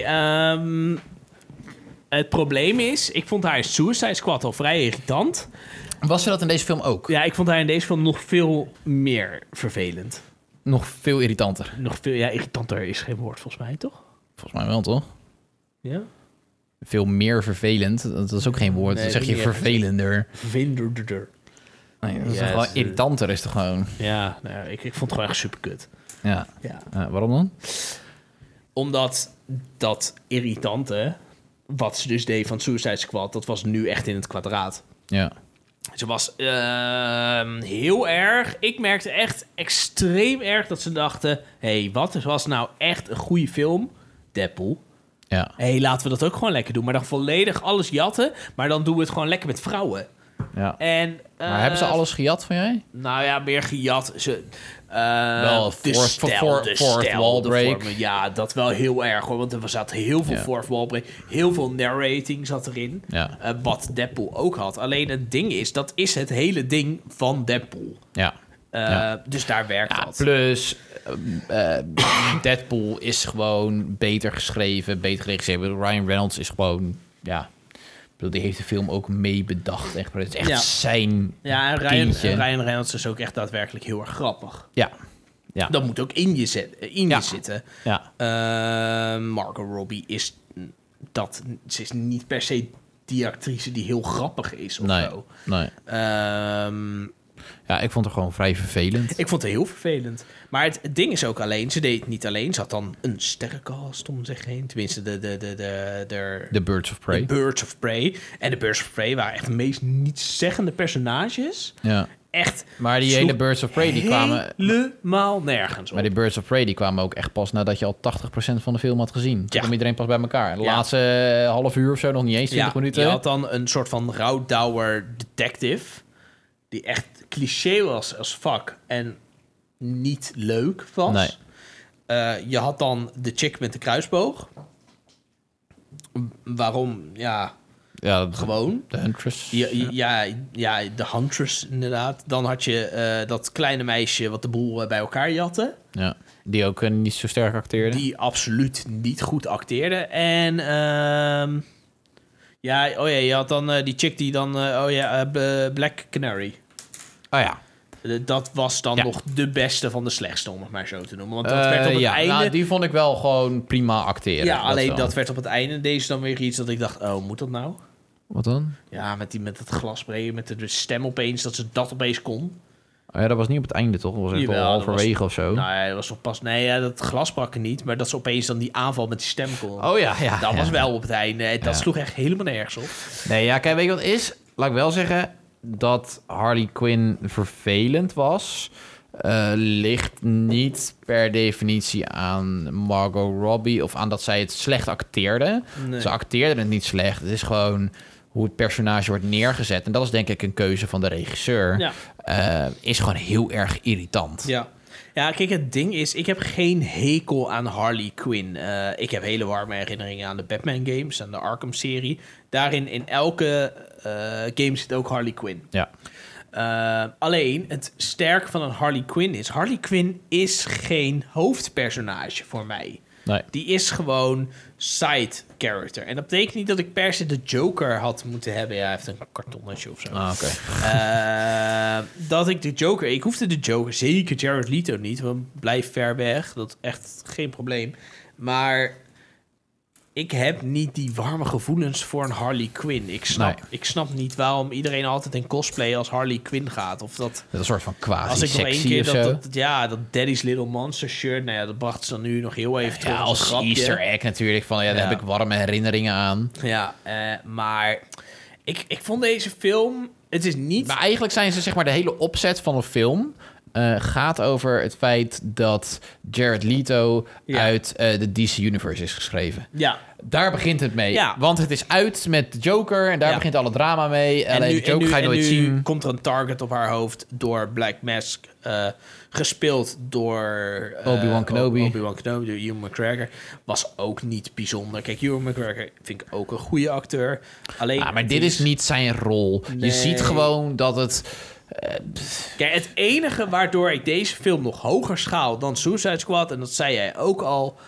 Het probleem is, ik vond haar Suicide Squad al vrij irritant. Was ze dat in deze film ook? Ja, ik vond haar in deze film nog veel meer vervelend. Nog veel irritanter. Nog veel, ja, irritanter is geen woord volgens mij, toch? Volgens mij wel, toch? Ja. Veel meer vervelend, dat is ook geen woord. Nee, dan zeg je vervelender. Vervelender. Nee, dat is toch gewoon irritanter, is toch gewoon... Ja, nou, ik vond het gewoon echt super kut. Ja. Ja. Waarom dan? Omdat dat irritante, wat ze dus deed van Suicide Squad, dat was nu echt in het kwadraat. Ja. Ze was heel erg... Ik merkte echt extreem erg dat ze dachten... wat was nou echt een goede film? Deadpool. Ja. Laten we dat ook gewoon lekker doen. Maar dan volledig alles jatten. Maar dan doen we het gewoon lekker met vrouwen. Ja. En, maar hebben ze alles gejat van jij? Nou ja, meer gejat. Wel fourth wall break. Ja, dat wel heel erg hoor. Want er zat heel veel fourth wall break. Heel veel narrating zat erin. Ja. Wat Deadpool ook had. Alleen het ding is, dat is het hele ding van Deadpool. Ja. Dus daar werkt dat. Plus, Deadpool is gewoon beter geschreven, beter geregisseerd. Ryan Reynolds is gewoon, die heeft de film ook mee bedacht. Echt, het is echt zijn Ryan Reynolds is ook echt daadwerkelijk heel erg grappig. Ja. Dat moet ook in je zitten. Ja. Margot Robbie ze is niet per se die actrice die heel grappig is of zo. Nee. Ik vond het gewoon vrij vervelend. Ik vond het heel vervelend. Maar het ding is ook alleen, ze deed het niet alleen. Ze had dan een sterrencast om zich heen. Tenminste, de Birds of Prey. De Birds of Prey. En de Birds of Prey waren echt de meest nietszeggende personages. Ja. Echt. Maar die hele Birds of Prey, die kwamen... helemaal nergens op. Maar die Birds of Prey, die kwamen ook echt pas nadat je al 80% van de film had gezien. Toen kwam iedereen pas bij elkaar. De laatste half uur of zo, nog niet eens 20 minuten. Je had dan een soort van rouwdouwer detective... die echt cliché was als fuck en niet leuk was. Nee. Je had dan de chick met de kruisboog. Waarom? Ja, gewoon. De Huntress. Ja, de Huntress inderdaad. Dan had je dat kleine meisje wat de boel bij elkaar jatte. Ja. Die ook niet zo sterk acteerde. Die absoluut niet goed acteerde. En je had dan die chick die dan... Black Canary. Oh ja. Dat was dan nog de beste van de slechtste, om het maar zo te noemen. Want dat werd op het einde... Nou, die vond ik wel gewoon prima acteren. Ja, alleen dat werd op het einde. Deze dan weer iets dat ik dacht, moet dat nou? Wat dan? Ja, met het glasspray, met de stem opeens, dat ze dat opeens kon. Oh ja, dat was niet op het einde, toch? Dat was echt wel halverwege of zo. Nou ja, dat was nog pas... Nee, dat glas brak er niet. Maar dat ze opeens dan die aanval met die stem kon. Oh ja. Dat was wel op het einde. Dat sloeg echt helemaal nergens op. Nee, ja, kijk, weet je wat het is? Laat ik wel zeggen dat Harley Quinn vervelend was. Ligt niet per definitie aan Margot Robbie... of aan dat zij het slecht acteerde. Nee. Ze acteerde het niet slecht. Het is gewoon hoe het personage wordt neergezet. En dat is denk ik een keuze van de regisseur. Ja. Is gewoon heel erg irritant. Ja. Ja, kijk, het ding is, ik heb geen hekel aan Harley Quinn. Ik heb hele warme herinneringen aan de Batman games, aan de Arkham-serie. Daarin, in elke game zit ook Harley Quinn. Ja. Alleen, het sterke van een Harley Quinn is geen hoofdpersonage voor mij. Nee. Die is gewoon side character. En dat betekent niet dat ik per se de Joker had moeten hebben. Ja, hij heeft een kartonnetje of zo. Oké. Dat ik de Joker... Ik hoefde de Joker, zeker Jared Leto niet. Want blijf ver weg. Dat is echt geen probleem. Maar ik heb niet die warme gevoelens voor een Harley Quinn. Ik snap niet waarom iedereen altijd in cosplay als Harley Quinn gaat. Of dat een soort van quasi als ik nog één keer dat Daddy's Little Monster shirt... Nou ja, dat bracht ze dan nu nog heel even terug. Ja, als Easter egg natuurlijk. Daar heb ik warme herinneringen aan. Ja, maar ik vond deze film... Het is niet... Maar eigenlijk zijn ze, zeg maar, de hele opzet van een film... gaat over het feit dat Jared Leto uit de DC Universe is geschreven. Ja. Daar begint het mee. Ja. Want het is uit met de Joker en daar begint alle drama mee. Alleen de Joker ga je nooit zien. Nu komt er een target op haar hoofd door Black Mask, gespeeld door Obi-Wan Kenobi, door Ewan McGregor. Was ook niet bijzonder. Kijk, Ewan McGregor vind ik ook een goede acteur. Alleen, maar dit is niet zijn rol. Nee. Je ziet gewoon dat het... Kijk, het enige waardoor ik deze film nog hoger schaal dan Suicide Squad, en dat zei jij ook al,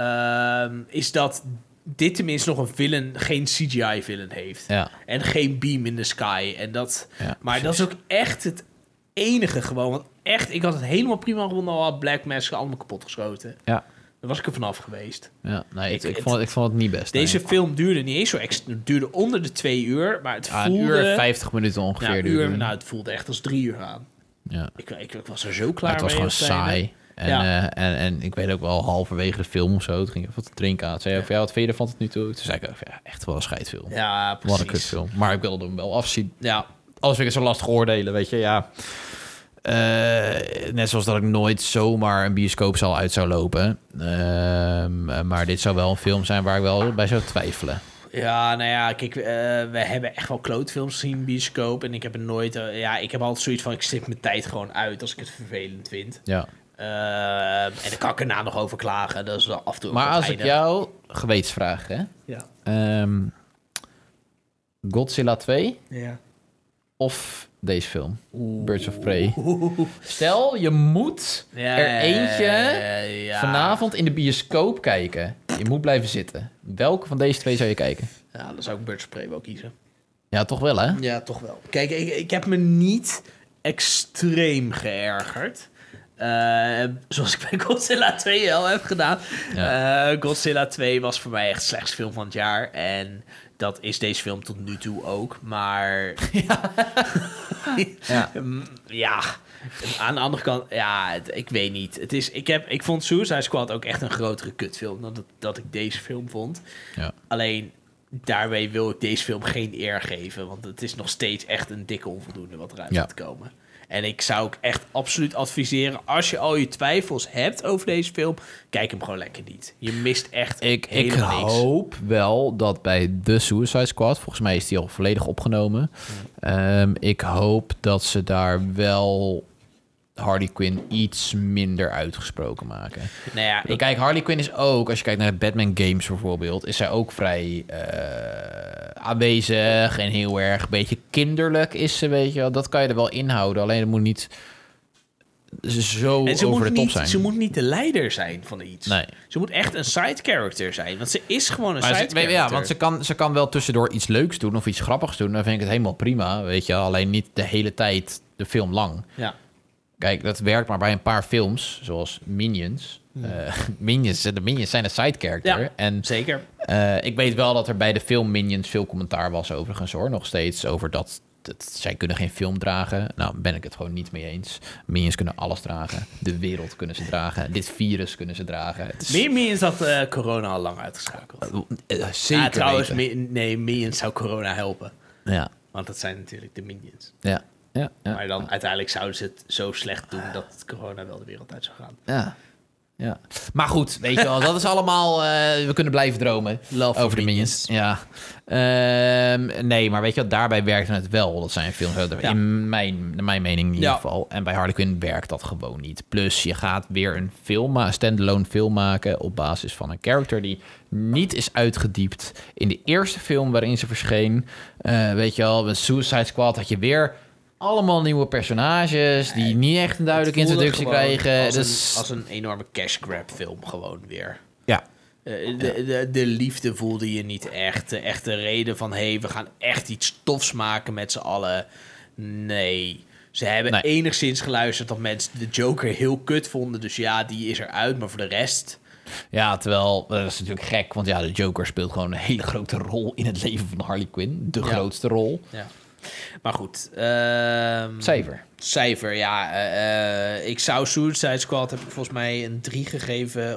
is dat dit tenminste nog een villain, geen CGI-villain heeft. Ja. En geen beam in the sky. En dat, maar dat is ook echt het enige gewoon. Want echt, ik had het helemaal prima gevonden al had Black Mask allemaal kapot geschoten. Ja. Dan was ik er vanaf geweest. Ja, nee, ik vond het niet best. Deze film duurde niet eens zo extra. Het duurde onder de 2 uur, maar het voelde... 1 uur 50 minuten ongeveer. Het voelde echt als 3 uur aan. Ja. Ik was er zo klaar mee. Het was gewoon saai. En ik weet ook wel, halverwege de film of zo, toen ging ik wat te drinken aan. Zei je, wat vind je ervan tot nu toe? Toen zei ik, echt wel een scheidfilm. Ja, precies. Wat een kutfilm. Maar ik wilde hem wel afzien. Ja. Alles vind ik zo lastig oordelen, weet je. Ja. Net zoals dat ik nooit zomaar een bioscoopzaal uit zou lopen. Maar dit zou wel een film zijn waar ik wel bij zou twijfelen. Ja, nou ja, kijk, we hebben echt wel klootfilms gezien in bioscoop. En ik heb er nooit... ik heb altijd zoiets van, ik zit mijn tijd gewoon uit als ik het vervelend vind. Ja. En dan kan ik erna nog over klagen. Dat is wel af en toe. Maar als ik jou gewetensvraag, hè? Ja. Godzilla 2? Ja. Of deze film, Birds of Prey. Stel, je moet er eentje vanavond in de bioscoop kijken. Je moet blijven zitten. Welke van deze twee zou je kijken? Ja, dan zou ik Birds of Prey wel kiezen. Ja, toch wel, hè? Ja, toch wel. Kijk, ik heb me niet extreem geërgerd. Zoals ik bij Godzilla 2 al heb gedaan. Ja. Godzilla 2 was voor mij echt het slechtste film van het jaar. En dat is deze film tot nu toe ook. Maar ja. Aan de andere kant, ik weet niet. Het is, ik vond Suicide Squad ook echt een grotere kutfilm dan dat ik deze film vond. Ja. Alleen daarmee wil ik deze film geen eer geven. Want het is nog steeds echt een dikke onvoldoende wat eruit gaat komen. En ik zou ook echt absoluut adviseren, als je al je twijfels hebt over deze film, kijk hem gewoon lekker niet. Je mist echt helemaal niks. Ik hoop wel dat bij The Suicide Squad, volgens mij is die al volledig opgenomen. Ik hoop dat ze daar wel Harley Quinn iets minder uitgesproken maken. Nou ja, kijk, Harley Quinn is ook, als je kijkt naar de Batman games bijvoorbeeld, is zij ook vrij aanwezig en heel erg een beetje kinderlijk is ze, weet je wel. Dat kan je er wel inhouden, alleen het moet niet zo over de top zijn. Ze moet niet de leider zijn van iets. Nee. Ze moet echt een side character zijn. Want ze is gewoon een side character. Ja, want ze kan wel tussendoor iets leuks doen of iets grappigs doen. Dan vind ik het helemaal prima, weet je. Alleen niet de hele tijd de film lang. Ja. Kijk, dat werkt maar bij een paar films, zoals Minions. De Minions zijn een side character. Ja, en, zeker. Ik weet wel dat er bij de film Minions veel commentaar was overigens, hoor. Nog steeds over dat zij kunnen geen film dragen. Nou, ben ik het gewoon niet mee eens. Minions kunnen alles dragen. De wereld kunnen ze dragen. Dit virus kunnen ze dragen. Meer Minions had corona al lang uitgeschakeld. Zeker trouwens, Minions zou corona helpen. Ja. Want dat zijn natuurlijk de Minions. Ja. Maar dan uiteindelijk zouden ze het zo slecht doen dat corona wel de wereld uit zou gaan. Ja. Maar goed, weet je wel, dat is allemaal... we kunnen blijven dromen over de Minions. Ja. Nee, maar weet je wat, daarbij werkte het wel. Dat zijn films, in mijn mening in ieder geval. En bij Harley Quinn werkt dat gewoon niet. Plus, je gaat weer een standalone film maken op basis van een character die niet is uitgediept. In de eerste film waarin ze verscheen, weet je wel, met Suicide Squad had je weer... allemaal nieuwe personages die niet echt een duidelijke introductie krijgen. Als een enorme cash grab film gewoon weer. Ja. De liefde voelde je niet echt. De echte reden van, we gaan echt iets tofs maken met z'n allen. Nee. Ze hebben enigszins geluisterd dat mensen de Joker heel kut vonden. Dus ja, die is eruit. Maar voor de rest... Ja, terwijl, dat is natuurlijk gek. Want ja, de Joker speelt gewoon een hele grote rol in het leven van Harley Quinn. De grootste rol. Ja. Maar goed. Cijfer, ja. Ik zou Suicide Squad, heb ik volgens mij een 3 gegeven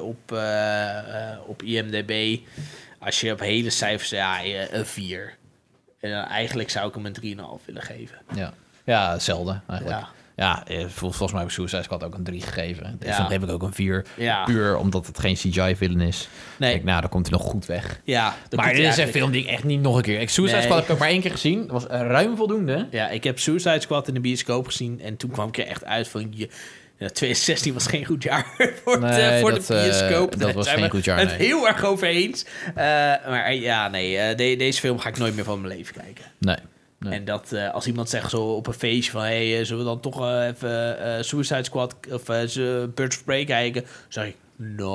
op IMDb. Als je op hele cijfers, een 4. En eigenlijk zou ik hem een 3,5 willen geven. Ja, hetzelfde eigenlijk. Ja, volgens mij heb ik Suicide Squad ook een 3 gegeven. Deze geef ik ook een 4. Ja. Puur omdat het geen CGI-villain is. Nee. Denk, dan komt hij nog goed weg. Ja, maar dit is een film die ik echt niet nog een keer... Suicide Squad heb ik ook maar 1 keer gezien. Dat was ruim voldoende. Ja, ik heb Suicide Squad in de bioscoop gezien. En toen kwam ik er echt uit van... 2016 was geen goed jaar voor de bioscoop. Dat was geen goed jaar, het heel erg over eens. Maar ja, deze film ga ik nooit meer van mijn leven kijken. Nee. En dat als iemand zegt zo op een feestje van... zullen we dan toch even Suicide Squad of Birds of Prey kijken? Dan zeg ik,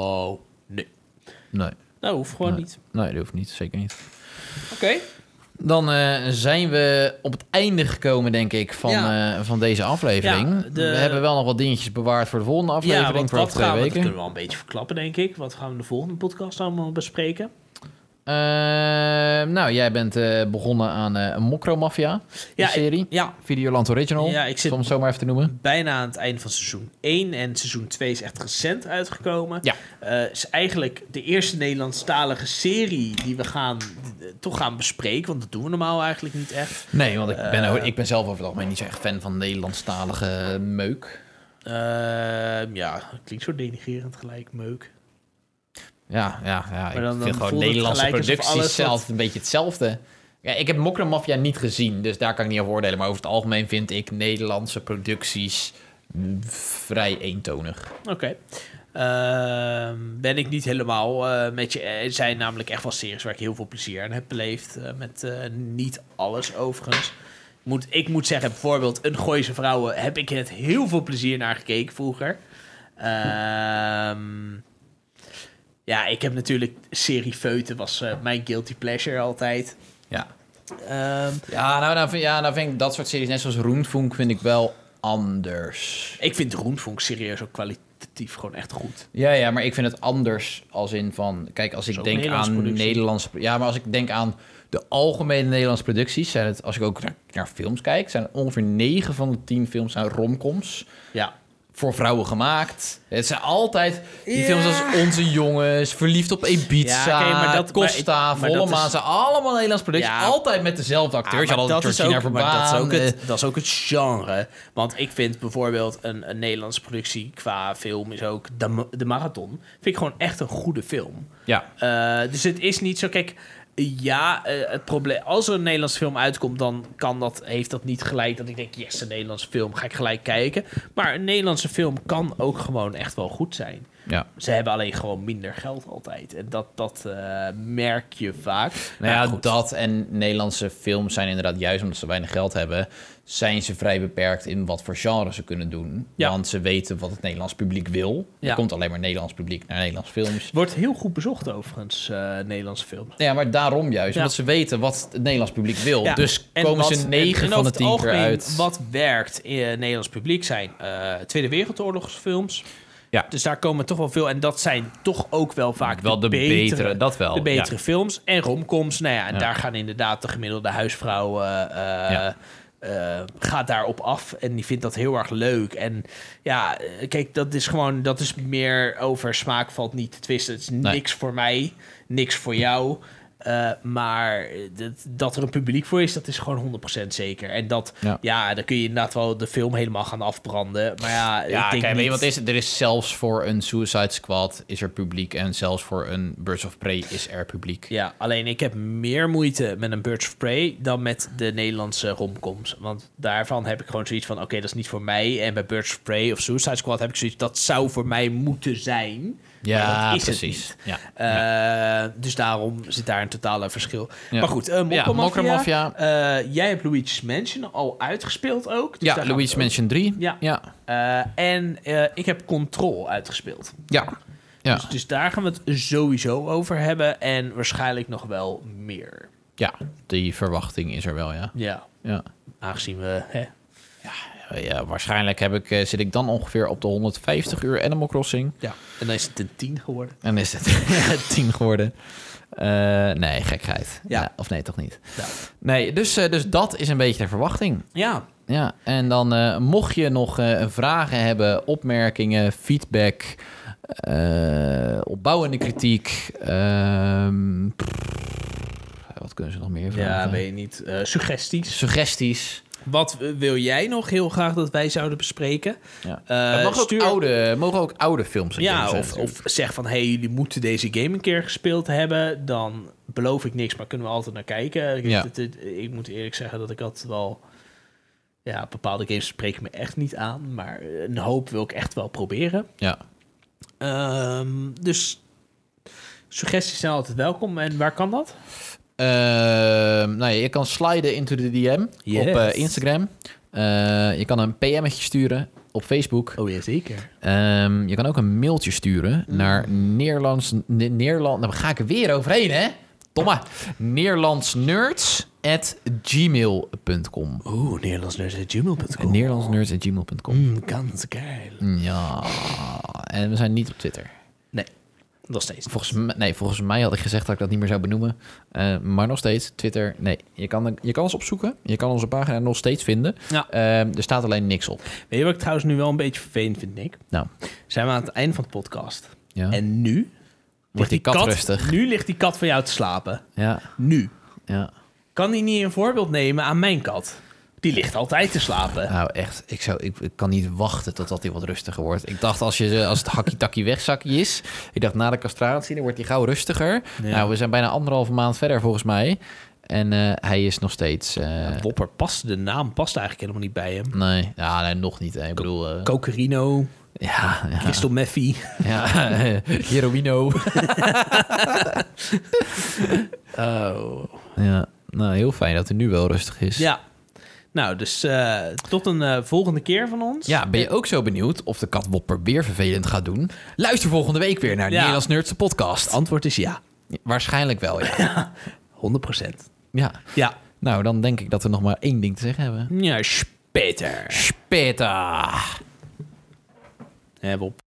nee. Dat hoeft gewoon niet. Nee, dat hoeft niet. Zeker niet. Oké. Dan zijn we op het einde gekomen, denk ik, van deze aflevering. We hebben wel nog wat dingetjes bewaard voor de volgende aflevering. Voor 2 weken. Dat kunnen we wel een beetje verklappen, denk ik. Wat gaan we de volgende podcast allemaal bespreken? Jij bent begonnen aan een Mokro Mafia serie. Ja. Videoland Original, ik zit om het zo maar even te noemen. Bijna aan het einde van seizoen 1. En seizoen 2 is echt recent uitgekomen. Ja. Is eigenlijk de eerste Nederlandstalige serie die we toch gaan bespreken. Want dat doen we normaal eigenlijk niet echt. Nee, want ik ben zelf over het algemeen niet zo echt fan van Nederlandstalige meuk. Klinkt zo denigrerend gelijk, meuk. Ja. Ik vind gewoon Nederlandse producties zelf een beetje hetzelfde. Ja, ik heb Mokro Mafia niet gezien, dus daar kan ik niet over oordelen. Maar over het algemeen vind ik Nederlandse producties vrij eentonig. Oké. Ben ik niet helemaal met je. Er zijn namelijk echt wel series waar ik heel veel plezier aan heb beleefd. Met niet alles overigens. Ik moet zeggen, bijvoorbeeld Een Gooise Vrouwen heb ik net heel veel plezier naar gekeken vroeger. Ja, ik heb natuurlijk serie Feuten was mijn guilty pleasure altijd. Ja. Nou vind ik dat soort series, net zoals Roentvonk, vind ik wel anders. Ik vind Roentvonk serieus ook kwalitatief gewoon echt goed. Ja, maar ik vind het anders als in van... Kijk, als ik denk aan Nederlandse... Ja, maar als ik denk aan de algemene Nederlandse producties... zijn het, als ik ook naar films kijk... zijn ongeveer 9 van de 10 films zijn romcoms. Ja. Voor vrouwen gemaakt. Het zijn altijd die films als Onze Jongens, Verliefd op Ibiza, Costa, Volle Maan. Zijn allemaal Nederlandse producties. Ja. Altijd met dezelfde acteurs. Dat is ook het genre. Want ik vind bijvoorbeeld een Nederlandse productie qua film is ook De Marathon. Vind ik gewoon echt een goede film. Ja. Dus het is niet zo... Kijk... Ja, het probleem... Als er een Nederlandse film uitkomt, dan heeft dat niet gelijk dat ik denk... Yes, een Nederlandse film, ga ik gelijk kijken. Maar een Nederlandse film kan ook gewoon echt wel goed zijn. Ja. Ze hebben alleen gewoon minder geld altijd. En dat merk je vaak. Nou ja, dat en Nederlandse films zijn inderdaad juist omdat ze weinig geld hebben, zijn ze vrij beperkt in wat voor genre ze kunnen doen. Ja. Want ze weten wat het Nederlands publiek wil. Ja. Er komt alleen maar Nederlands publiek naar Nederlandse films. Wordt heel goed bezocht overigens, Nederlandse films. Ja, maar daarom juist. Omdat ze weten wat het Nederlands publiek wil. Ja. Dus komen ze 9 van de 10 keer uit. Wat werkt in het Nederlands publiek zijn Tweede Wereldoorlogsfilms. Ja. Dus daar komen toch wel veel. En dat zijn toch ook wel vaak wel de betere dat wel. De betere films. En romcoms. Nou ja, en daar gaan inderdaad de gemiddelde huisvrouw gaat daarop af. En die vindt dat heel erg leuk. En ja, kijk, dat is meer over smaak valt niet te twisten. Het is niks voor mij, niks voor jou. Maar dat er een publiek voor is, dat is gewoon 100% zeker. En dat, dan kun je inderdaad wel de film helemaal gaan afbranden. Maar ja, ik denk kijk, niet... weet je wat er is zelfs voor een Suicide Squad is er publiek. En zelfs voor een Birds of Prey is er publiek. Ja, alleen ik heb meer moeite met een Birds of Prey dan met de Nederlandse romcoms. Want daarvan heb ik gewoon zoiets van, oké, dat is niet voor mij. En bij Birds of Prey of Suicide Squad heb ik zoiets, dat zou voor mij moeten zijn. Ja, precies. Dus daarom zit daar een totale verschil. Ja. Maar goed, Mokker Mafia. Jij hebt Luigi's Mansion al uitgespeeld ook. Dus Luigi's Mansion 3. Ja. En ik heb Control uitgespeeld. Ja. Dus daar gaan we het sowieso over hebben. En waarschijnlijk nog wel meer. Ja, die verwachting is er wel, ja. Ja. Aangezien we... Ja, waarschijnlijk zit ik dan ongeveer op de 150 uur Animal Crossing. Ja, en dan is het een 10 geworden. En is het 10 geworden. Nee, gekheid. Ja. Of nee, toch niet. Ja. Nee, dus dat is een beetje de verwachting. Ja. Ja, en dan mocht je nog vragen hebben, opmerkingen, feedback, opbouwende kritiek. Wat kunnen ze nog meer vragen? Ja, weet je niet. Suggesties. Wat wil jij nog heel graag dat wij zouden bespreken? Ja. Mogen ook oude films zijn. Ja, of zeg van, hey, jullie moeten deze game een keer gespeeld hebben. Dan beloof ik niks, maar kunnen we altijd naar kijken. Ik moet eerlijk zeggen dat ik altijd wel... Ja, bepaalde games spreken me echt niet aan. Maar een hoop wil ik echt wel proberen. Ja. Dus suggesties zijn altijd welkom. En waar kan dat? Je kan sliden into the DM op Instagram. Je kan een PM'tje sturen op Facebook. Oh ja, zeker. Je kan ook een mailtje sturen naar Nederland. Nou, daar ga ik er weer overheen, hè? Domme. Nederlandsnerds@gmail.com. Oeh, Nederlandsnerds@gmail.com. Nederlandsnerds@gmail.com. Ganz geil. Ja. En we zijn niet op Twitter. Nee. Nog steeds. Volgens mij had ik gezegd dat ik dat niet meer zou benoemen. Maar nog steeds, Twitter, nee. Je kan ons opzoeken. Je kan onze pagina nog steeds vinden. Ja. Er staat alleen niks op. Weet je wat ik trouwens nu wel een beetje vervelend vind, Nick? Nou. Zijn we aan het einde van de podcast. Ja. En nu... Wordt die kat rustig. Nu ligt die kat van jou te slapen. Ja. Nu. Ja. Kan die niet een voorbeeld nemen aan mijn kat? Die ligt altijd te slapen. Nou, echt. Ik kan niet wachten totdat hij wat rustiger wordt. Ik dacht, als het hakkie-takkie wegzakkie is... Ik dacht, na de castratie, dan wordt hij gauw rustiger. Ja. Nou, we zijn bijna 1,5 maand verder, volgens mij. En hij is nog steeds... Wopper de naam past eigenlijk helemaal niet bij hem. Nee, nog niet. Ik bedoel... Cocarino. Ja. Crystal Meffy. Ja, Heroino. Oh. Ja, nou, heel fijn dat hij nu wel rustig is. Ja. Nou, dus tot een volgende keer van ons. Ja, ben je ook zo benieuwd of de kat Wopper weer vervelend gaat doen? Luister volgende week weer naar de Nederlands Nerds podcast. Het antwoord is ja. Waarschijnlijk wel, ja. 100%. Ja. Nou, dan denk ik dat we nog maar 1 ding te zeggen hebben. Ja, speter. Speter. Wop.